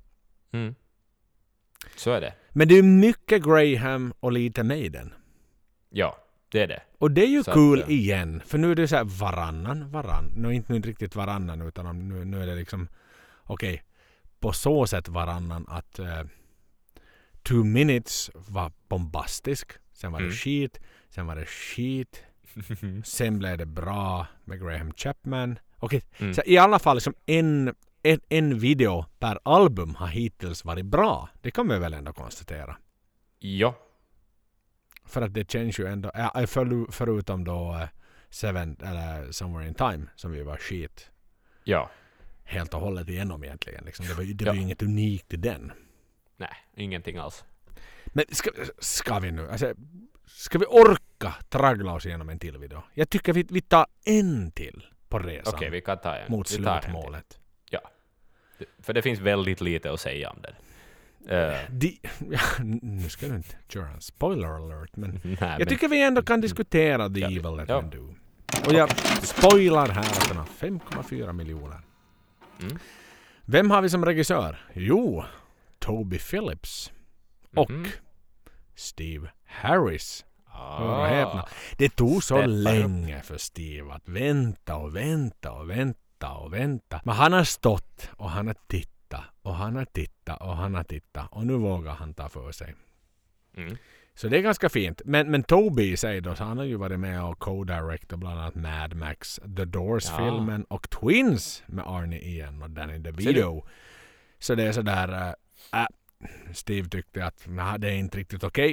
Så är det. Men det är mycket Graham och lite Maiden. Ja, det är det. Och det är ju kul igen. För nu är det så här varannan. Nu inte riktigt varannan utan nu är det liksom okej, på så sätt varannan att 2 minutes var bombastisk. Sen var det skit. Sen var det skit. Sen blev det bra med Graham Chapman. Okej, så i alla fall liksom en video per album har hittills varit bra. Det kan vi väl ändå konstatera. Ja. För att det känns ju ändå... förutom då Seven eller Somewhere in Time som vi var skit. Ja. Helt och hållet igenom egentligen. Liksom. Det var ju inget unikt i den. Nej, ingenting alls. Men ska vi nu... Alltså, ska vi orka traggla oss igenom en till video? Jag tycker vi tar en till på resan. Okej, vi kan ta en. Mot slutmålet. Ja. För det finns väldigt lite att säga om den. Nu ska du inte köra en spoiler alert, men Nej, jag tycker vi ändå kan diskutera The Evil That Men Do. Och jag spoilar här att den har 5,4 miljoner. Vem har vi som regissör? Jo, Toby Phillips och Steve Harris. Det tog så länge för Steve att vänta. Men han har stått och han har tittat och nu vågar han ta för sig. Så det är ganska fint. Men Toby säger då, så han har ju varit med och co-director bland annat Mad Max, The Doors-filmen och Twins med Arne Ian och Danny DeVito. Så det är sådär Steve tyckte att det är inte riktigt okej.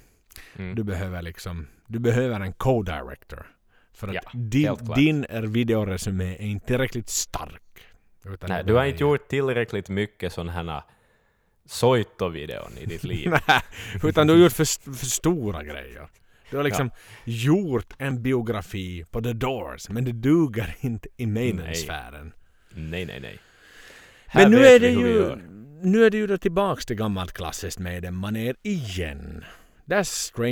Du behöver en co-director för att din videoresumé är inte tillräckligt stark. Nej, du har inte gjort tillräckligt mycket sån här Soito-videon i ditt liv. Nej, utan du har gjort för stora grejer. Du har liksom gjort en biografi på The Doors, men det duger inte i Maiden-sfären. Nej. Men nu är det ju då tillbaks till gammalt klassiskt Maiden-manér igen. Där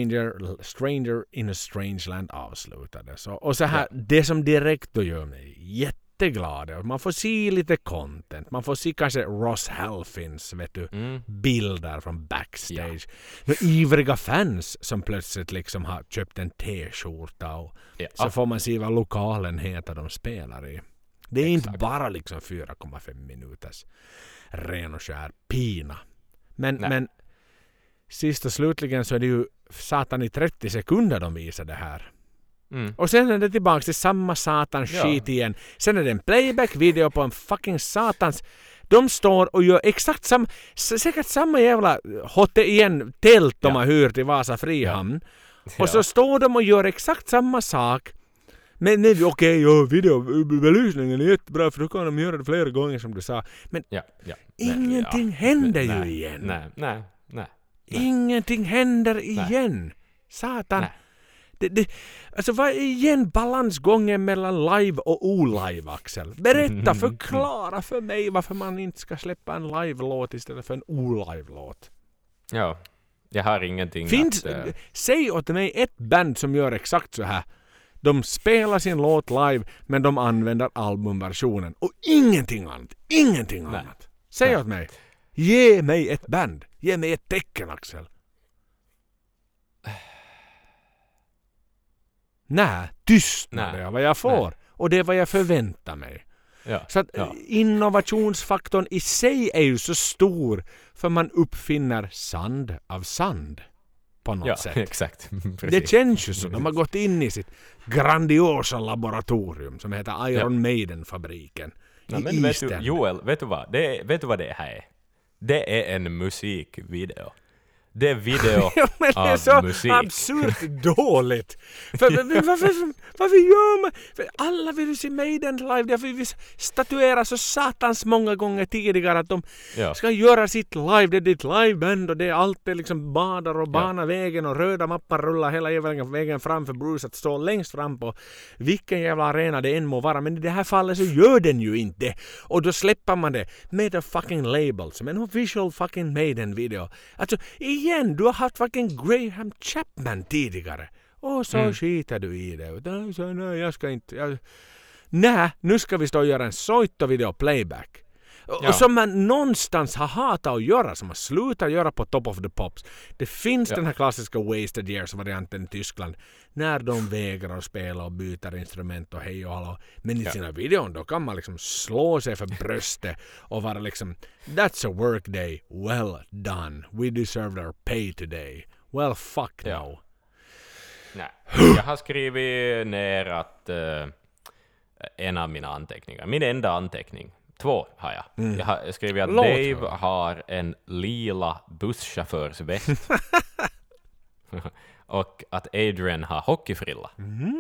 Stranger in a Strange Land avslutades. Och så här, det som direkt då gör mig jätteglad. Man får se lite content. Man får se kanske Ross Halfins bilder från backstage. Ivriga fans som plötsligt liksom har köpt en t-skjorta och så får man se vad lokalen heter de spelar i. Det är inte bara liksom 4,5 minuters ren och skär pina. Men sist och slutligen så är det ju satan i 30 sekunder de visar det här. Och sen är det tillbaka till samma satans skit igen. Sen är det en playback-video på en fucking satans... De står och gör exakt säkert samma jävla tält de har hyrt i Vasa Frihamn. Och så står de och gör exakt samma sak. Men videobelysningen är jättebra för då kan de göra det flera gånger som du sa. Men ingenting händer ju igen. Nej. Ingenting händer igen. Satan. Alltså vad är igen balansgången mellan live och olive, Axel? Berätta, förklara för mig varför man inte ska släppa en live-låt istället för en olive-låt. Ja, jag har ingenting säg åt mig ett band som gör exakt så här. De spelar sin låt live men de använder albumversionen och ingenting annat. Säg åt mig. Ge mig ett band. Ge mig ett tecken, Axel. Nej, tystnad är vad jag får. Och det är vad jag förväntar mig. Så att innovationsfaktorn i sig är ju så stor för man uppfinner sand av sand på något sätt. Exakt. Det känns ju så. De har gått in i sitt grandiosa laboratorium som heter Iron Maiden-fabriken. Men vet du vad det här är? Det är en musikvideo. Det är video men det är så musik. Absurt dåligt. Varför gör man? För alla vill se Maiden live. Därför vi statuerar så satans många gånger tidigare att de ska göra sitt live. Det är ditt liveband och det är alltid liksom badar och banar vägen och röda mappar rullar hela vägen fram för Bruce att stå längst fram på vilken jävla arena det än må vara. Men i det här fallet så gör den ju inte. Och då släpper man det med a fucking label som en official fucking Maiden-video. Alltså igen, du har haft fucking Graham Chapman tidigare. Och så skiter du i det. Så, nej, jag ska inte... Nej, nu ska vi stå och göra en Soito-video playback. Och som man någonstans har hatat att göra, som man slutar göra på Top of the Pops. Det finns den här klassiska Wasted Years-varianten i Tyskland när de vägrar att spela och byter instrument och hej och hallå. Men i sina videon då kan man liksom slå sig för bröstet och vara liksom that's a work day, well done. We deserved our pay today. Well, fuck no. Nej. Jag har skrivit ner att en av mina anteckningar, min enda anteckning, 2 har jag. Jag har skrivit att Dave har en lila busschaufförsväst och att Adrian har hockeyfrilla.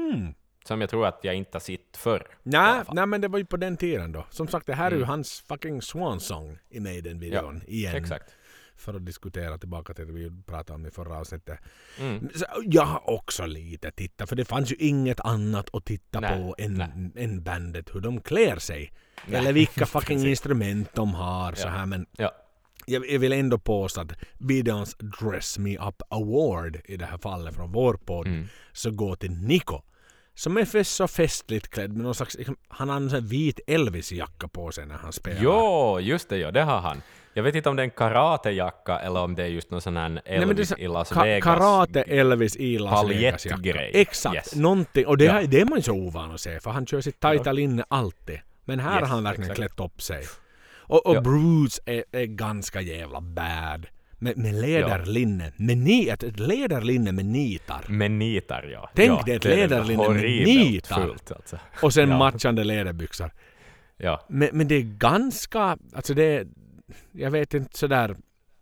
Som jag tror att jag inte har sett förr. Nej, men det var ju på den tiden då. Som sagt, det här är ju hans fucking swan song i Maiden-videon igen. Exakt. För att diskutera tillbaka till det vi pratade om i förra avsnittet. Så jag har också lite tittat, för det fanns ju inget annat att titta på än bandet, hur de klär sig. Eller vilka fucking instrument de har. Så här, men jag vill ändå påstå att videons Dress Me Up Award i det här fallet från vår podd så går till Nico. Som är så festligt klädd med någon slags, han har en sån vit Elvis-jacka på sig när han spelar. Jo, just det, det har han. Jag vet inte om det är en karatejacka eller om det är just någon sån här Elvis i Las Vegas. Karate Elvis i Las Vegas jacka. Exakt, någonting. Och det är man ju så ovan att se, för han kör sitt tajta linne alltid. Men här har han verkligen klätt upp sig. Och Bruce är ganska jävla bad. Med läderlinne. Ett läderlinne med nitar. Med nitar, ja. Tänk dig ett läderlinne med nitar. Fult, alltså. Och sen matchande läderbyxor. Ja. Men det är ganska... Alltså det... Jag vet inte sådär...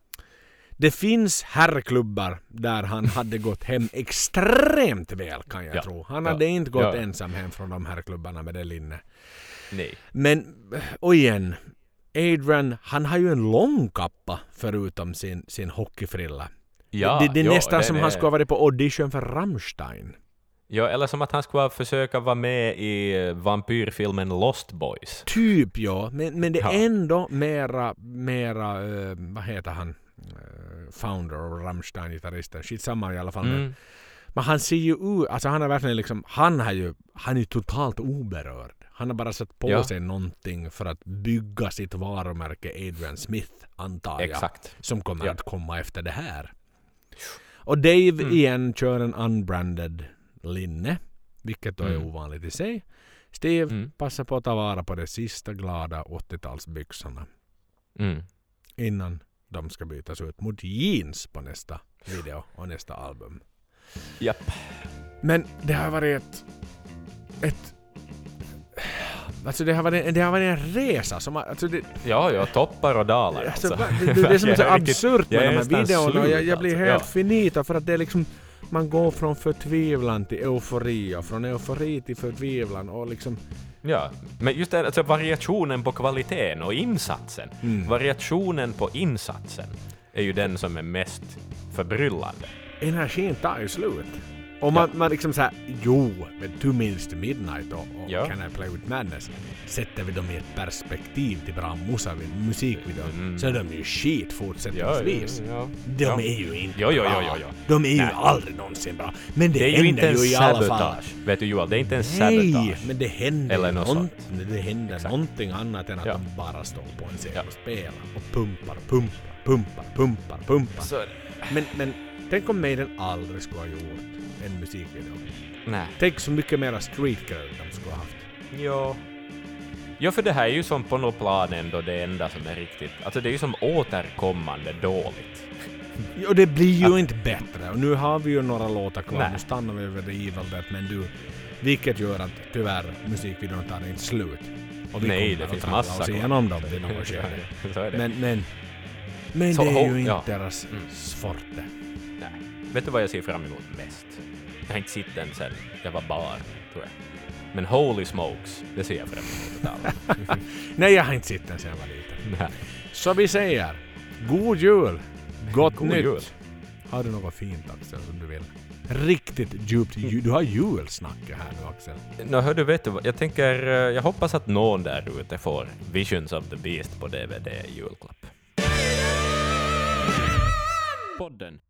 Det finns herrklubbar där han hade gått hem extremt väl, kan jag tro. Han hade inte gått ensam hem från de här klubbarna med det linne. Nej. Men, och igen... Adrian, han har ju en lång kappa förutom sin hockeyfrilla. Ja, det är nästan som han skulle ha varit på audition för Rammstein. Ja, eller som att han skulle försöka vara med i vampyrfilmen Lost Boys. Typ, ja. Men det är ändå mera vad heter han? Founder och Rammstein-gitarristen. Skitsamma i alla fall. Men han ser ju ut, alltså han är verkligen liksom, han är ju totalt oberörd. Han har bara satt på sig någonting för att bygga sitt varumärke Adrian Smith, antar jag. Exakt. Som kommer att komma efter det här. Och Dave igen kör en unbranded linne, vilket då är ovanligt i sig. Steve passar på att ta vara på de sista glada 80-talsbyxorna. Innan de ska bytas ut mot jeans på nästa video och nästa album. Japp. Men det har varit ett alltså det har varit en resa som alltså det, toppar och dalar. Alltså. Det är som så absurt med de här videorna och jag blir helt finita för att det är liksom man går från förtvivlan till eufori och från eufori till förtvivlan och liksom ja, men just det, alltså variationen på kvaliteten och insatsen. Variationen på insatsen är ju den som är mest förbryllande. Energin tar ju slut. Och man liksom såhär, med 2 minutes to midnight och Can I Play With Madness sätter vi dem i ett perspektiv till bra musikvideo så är de ju shit fortsättningsvis. De är ju inte bra. De är ju aldrig någonsin bra. Men det är ju inte en sabotage. Vet du Joel, det är inte en sabotage. Nej, men det händer någonting annat än att de bara står på en scen och spelar och pumpar. Men tänk om Maiden aldrig skulle ha gjort en musikvideo. Nej. Tänk så mycket mera street girl de skulle ha haft. Ja, för det här är ju som på något plan ändå det enda som är riktigt. Alltså det är ju som återkommande dåligt. Och det blir ju inte bättre. Och nu har vi ju några låtar kvar. Nu stannar vi över The Evil Dead. Men vilket gör att tyvärr musikvideon tar inte slut. Och vi det finns massa kvar. Igenom dem i något skede. Men så, det är ju inte deras forte. Nej. Vet du vad jag ser fram emot mest? Jag har inte sett den sen jag var barn, tror jag. Men Holy Smokes, det ser jag fram emot. Nej, jag har inte sett den sen jag var liten. Så vi säger, god jul, gott nytt. Jul. Har du något fint, Axel, som du vill? Riktigt djupt, du har julsnack här nu, Axel. Hör du, vet du vad? Jag hoppas att någon där ute får Visions of the Beast på DVD i julklapp. Podden